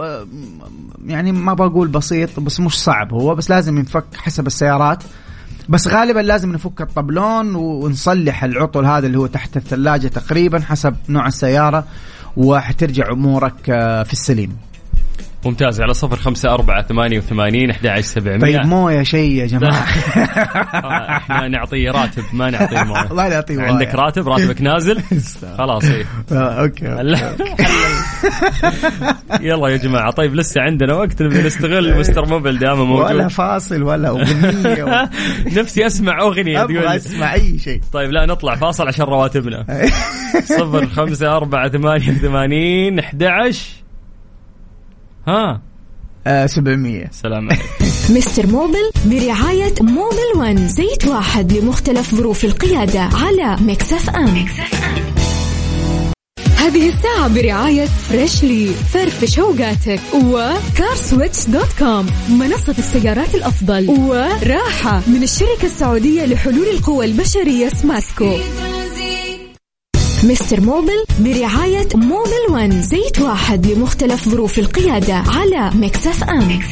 Speaker 9: يعني ما بقول بسيط بس مش صعب هو، بس لازم ينفك حسب السيارات، بس غالبا لازم نفك الطبلون ونصلح العطل هذا اللي هو تحت الثلاجة تقريبا حسب نوع السيارة، وحترجع أمورك في السليم.
Speaker 3: ممتاز. على صفر خمسة أربعة ثمانية وثمانين أحد عشر سبعمية.
Speaker 9: طيب موية شيء يا جماعة.
Speaker 3: احنا نعطيه راتب ما نعطيه موية.
Speaker 9: الله نعطيه موية.
Speaker 3: عندك راتب، راتبك نازل خلاص. ايه
Speaker 9: اوكي.
Speaker 3: يلا يا جماعة. طيب لسه عندنا وقت نستغل مستر موبل دائما موجود.
Speaker 9: ولا فاصل ولا أغنية.
Speaker 3: نفسي أسمع أغنية.
Speaker 9: أبغى أسمع أي شيء.
Speaker 3: طيب لا نطلع فاصل عشان رواتبنا. صفر خمسة أربعة ثمانية وثمانين أحد عشر ها
Speaker 9: آه سبعمية.
Speaker 3: سلام عليكم.
Speaker 2: مستر موبل برعاية موبل ون، زيت واحد لمختلف ظروف القيادة على ميكس اف ام. هذه الساعة برعاية فريشلي، فرفش اوقاتك، وكارسويتش دوت كوم منصة السيارات الأفضل، وراحة من الشركة السعودية لحلول القوى البشرية سماسكو. مستر موبل برعاية موبل ون، زيت واحد لمختلف ظروف القيادة على ميكس اف ام.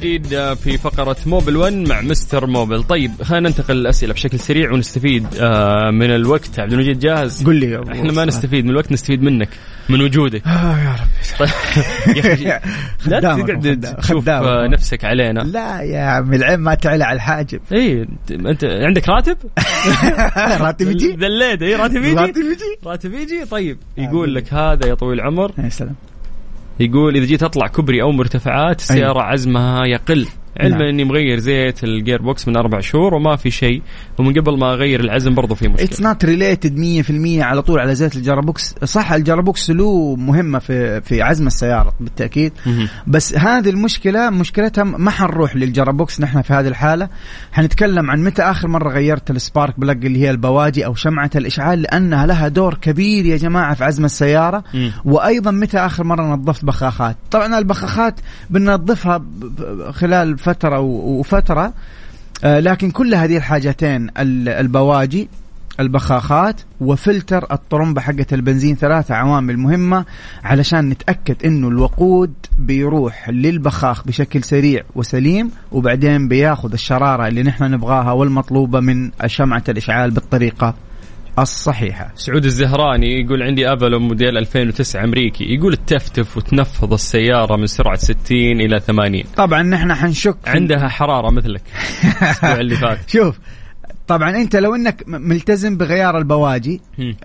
Speaker 3: جديد في فقرة موبل ون مع مستر موبل. طيب خلينا ننتقل للأسئلة بشكل سريع ونستفيد من الوقت. عبد المجيد جاهز؟
Speaker 9: قل لي.
Speaker 3: احنا ما نستفيد من الوقت، نستفيد منك من وجودك.
Speaker 9: آه يا رب.
Speaker 3: طيب يا أخي لا تقعد تشوف نفسك علينا.
Speaker 9: لا يا عم العين ما تعلى على الحاجب.
Speaker 3: ايه انت عندك راتب؟
Speaker 9: راتب يجي
Speaker 3: ذليت. ايه راتب يجي
Speaker 9: راتب يجي
Speaker 3: راتب يجي. طيب يقول لك هذا يا طويل العمر،
Speaker 9: يا سلام،
Speaker 3: يقول إذا جيت أطلع كوبري أو مرتفعات السيارة أيه. عزمها يقل، علما نعم. إني مغير زيت الجير بوكس من أربع شهور وما في شيء، ومن قبل ما أغير العزم برضو في مشكلة.
Speaker 9: It's not related مية في المية على طول على زيت الجيربوكس. صح الجيربوكس له مهمة في في عزم السيارة بالتأكيد، م-م. بس هذه المشكلة مشكلتها ما حنروح للجيربوكس. نحن في هذه الحالة حنتكلم عن متى آخر مرة غيرت السبارك بلاج اللي هي البواجي أو شمعة الإشعال، لأنها لها دور كبير يا جماعة في عزم السيارة. م. وأيضا متى آخر مرة نظفت بخاخات. طبعا البخاخات بننظفها خلال فترة وفترة، لكن كل هذه الحاجتين البواجي البخاخات وفلتر الطرمبة حقة البنزين ثلاثة عوامل مهمة علشان نتأكد إنه الوقود بيروح للبخاخ بشكل سريع وسليم، وبعدين بياخذ الشرارة اللي نحن نبغاها والمطلوبة من شمعة الإشعال بالطريقة الصحيحة.
Speaker 3: سعود الزهراني يقول عندي أفالون موديل ألفين وتسعة أمريكي، يقول تفتف وتنفض السيارة من سرعة ستين إلى ثمانين.
Speaker 9: طبعا نحن حنشك
Speaker 3: عندها حرارة مثلك الأسبوع اللي فات.
Speaker 9: شوف طبعا انت لو انك ملتزم بغيار البواجي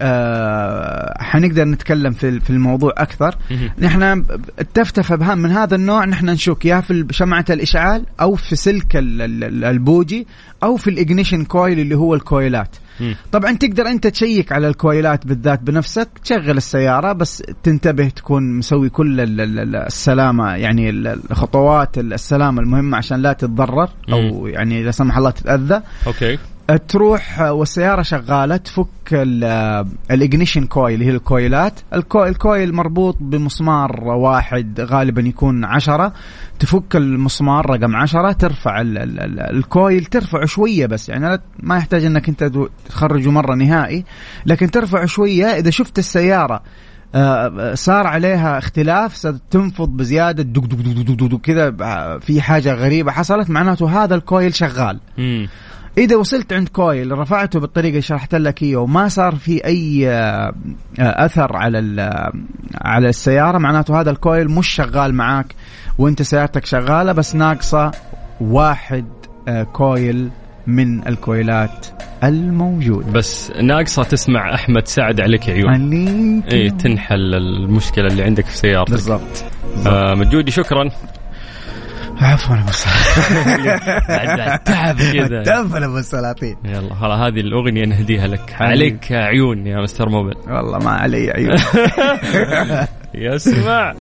Speaker 9: آه حنقدر نتكلم في في الموضوع اكثر. نحن التفتفه بهم من هذا النوع نحن نشوك يا في شمعة الاشعال او في سلك البوجي او في الاجنيشن كويل اللي هو الكويلات. طبعا تقدر انت تشيك على الكويلات بالذات بنفسك، تشغل السيارة بس تنتبه تكون مسوي كل السلامة، يعني الخطوات السلامة المهمة عشان لا تتضرر او يعني لا سمح الله تتأذى.
Speaker 3: اوكي
Speaker 9: تروح والسيارة شغالة تفك الإجنيشن كويل اللي هي الكويلات. الكويل, الكويل مربوط بمسمار واحد غالبا يكون عشرة، تفك المسمار رقم عشرة، ترفع ال ال ال الكويل، ترفعه شوية بس، يعني ما يحتاج أنك أنت تخرجه مرة نهائي، لكن ترفعه شوية. إذا شفت السيارة آه صار عليها اختلاف، تنفض بزيادة دق دق دق دق دق كذا، في حاجة غريبة حصلت، معناته هذا الكويل شغال. م. إذا وصلت عند كويل رفعته بالطريقة اللي شرحت لك إياه وما صار في أي أثر على على السيارة، معناته هذا الكويل مش شغال معاك وأنت سيارتك شغالة، بس ناقصة واحد كويل من الكويلات الموجود،
Speaker 3: بس ناقصة تسمع أحمد سعد عليك عيون. إيه تنحل المشكلة اللي عندك في سيارتك
Speaker 9: بالضبط.
Speaker 3: آه مجودي شكرا.
Speaker 9: عفوا ابو السلاطين.
Speaker 3: بعد تعب كذا.
Speaker 9: تعب ابو السلاطين.
Speaker 3: يلا خلاص هذه الأغنية نهديها لك. عليك عيون يا مستر موبل.
Speaker 9: والله ما علي عيون.
Speaker 3: يا سمع.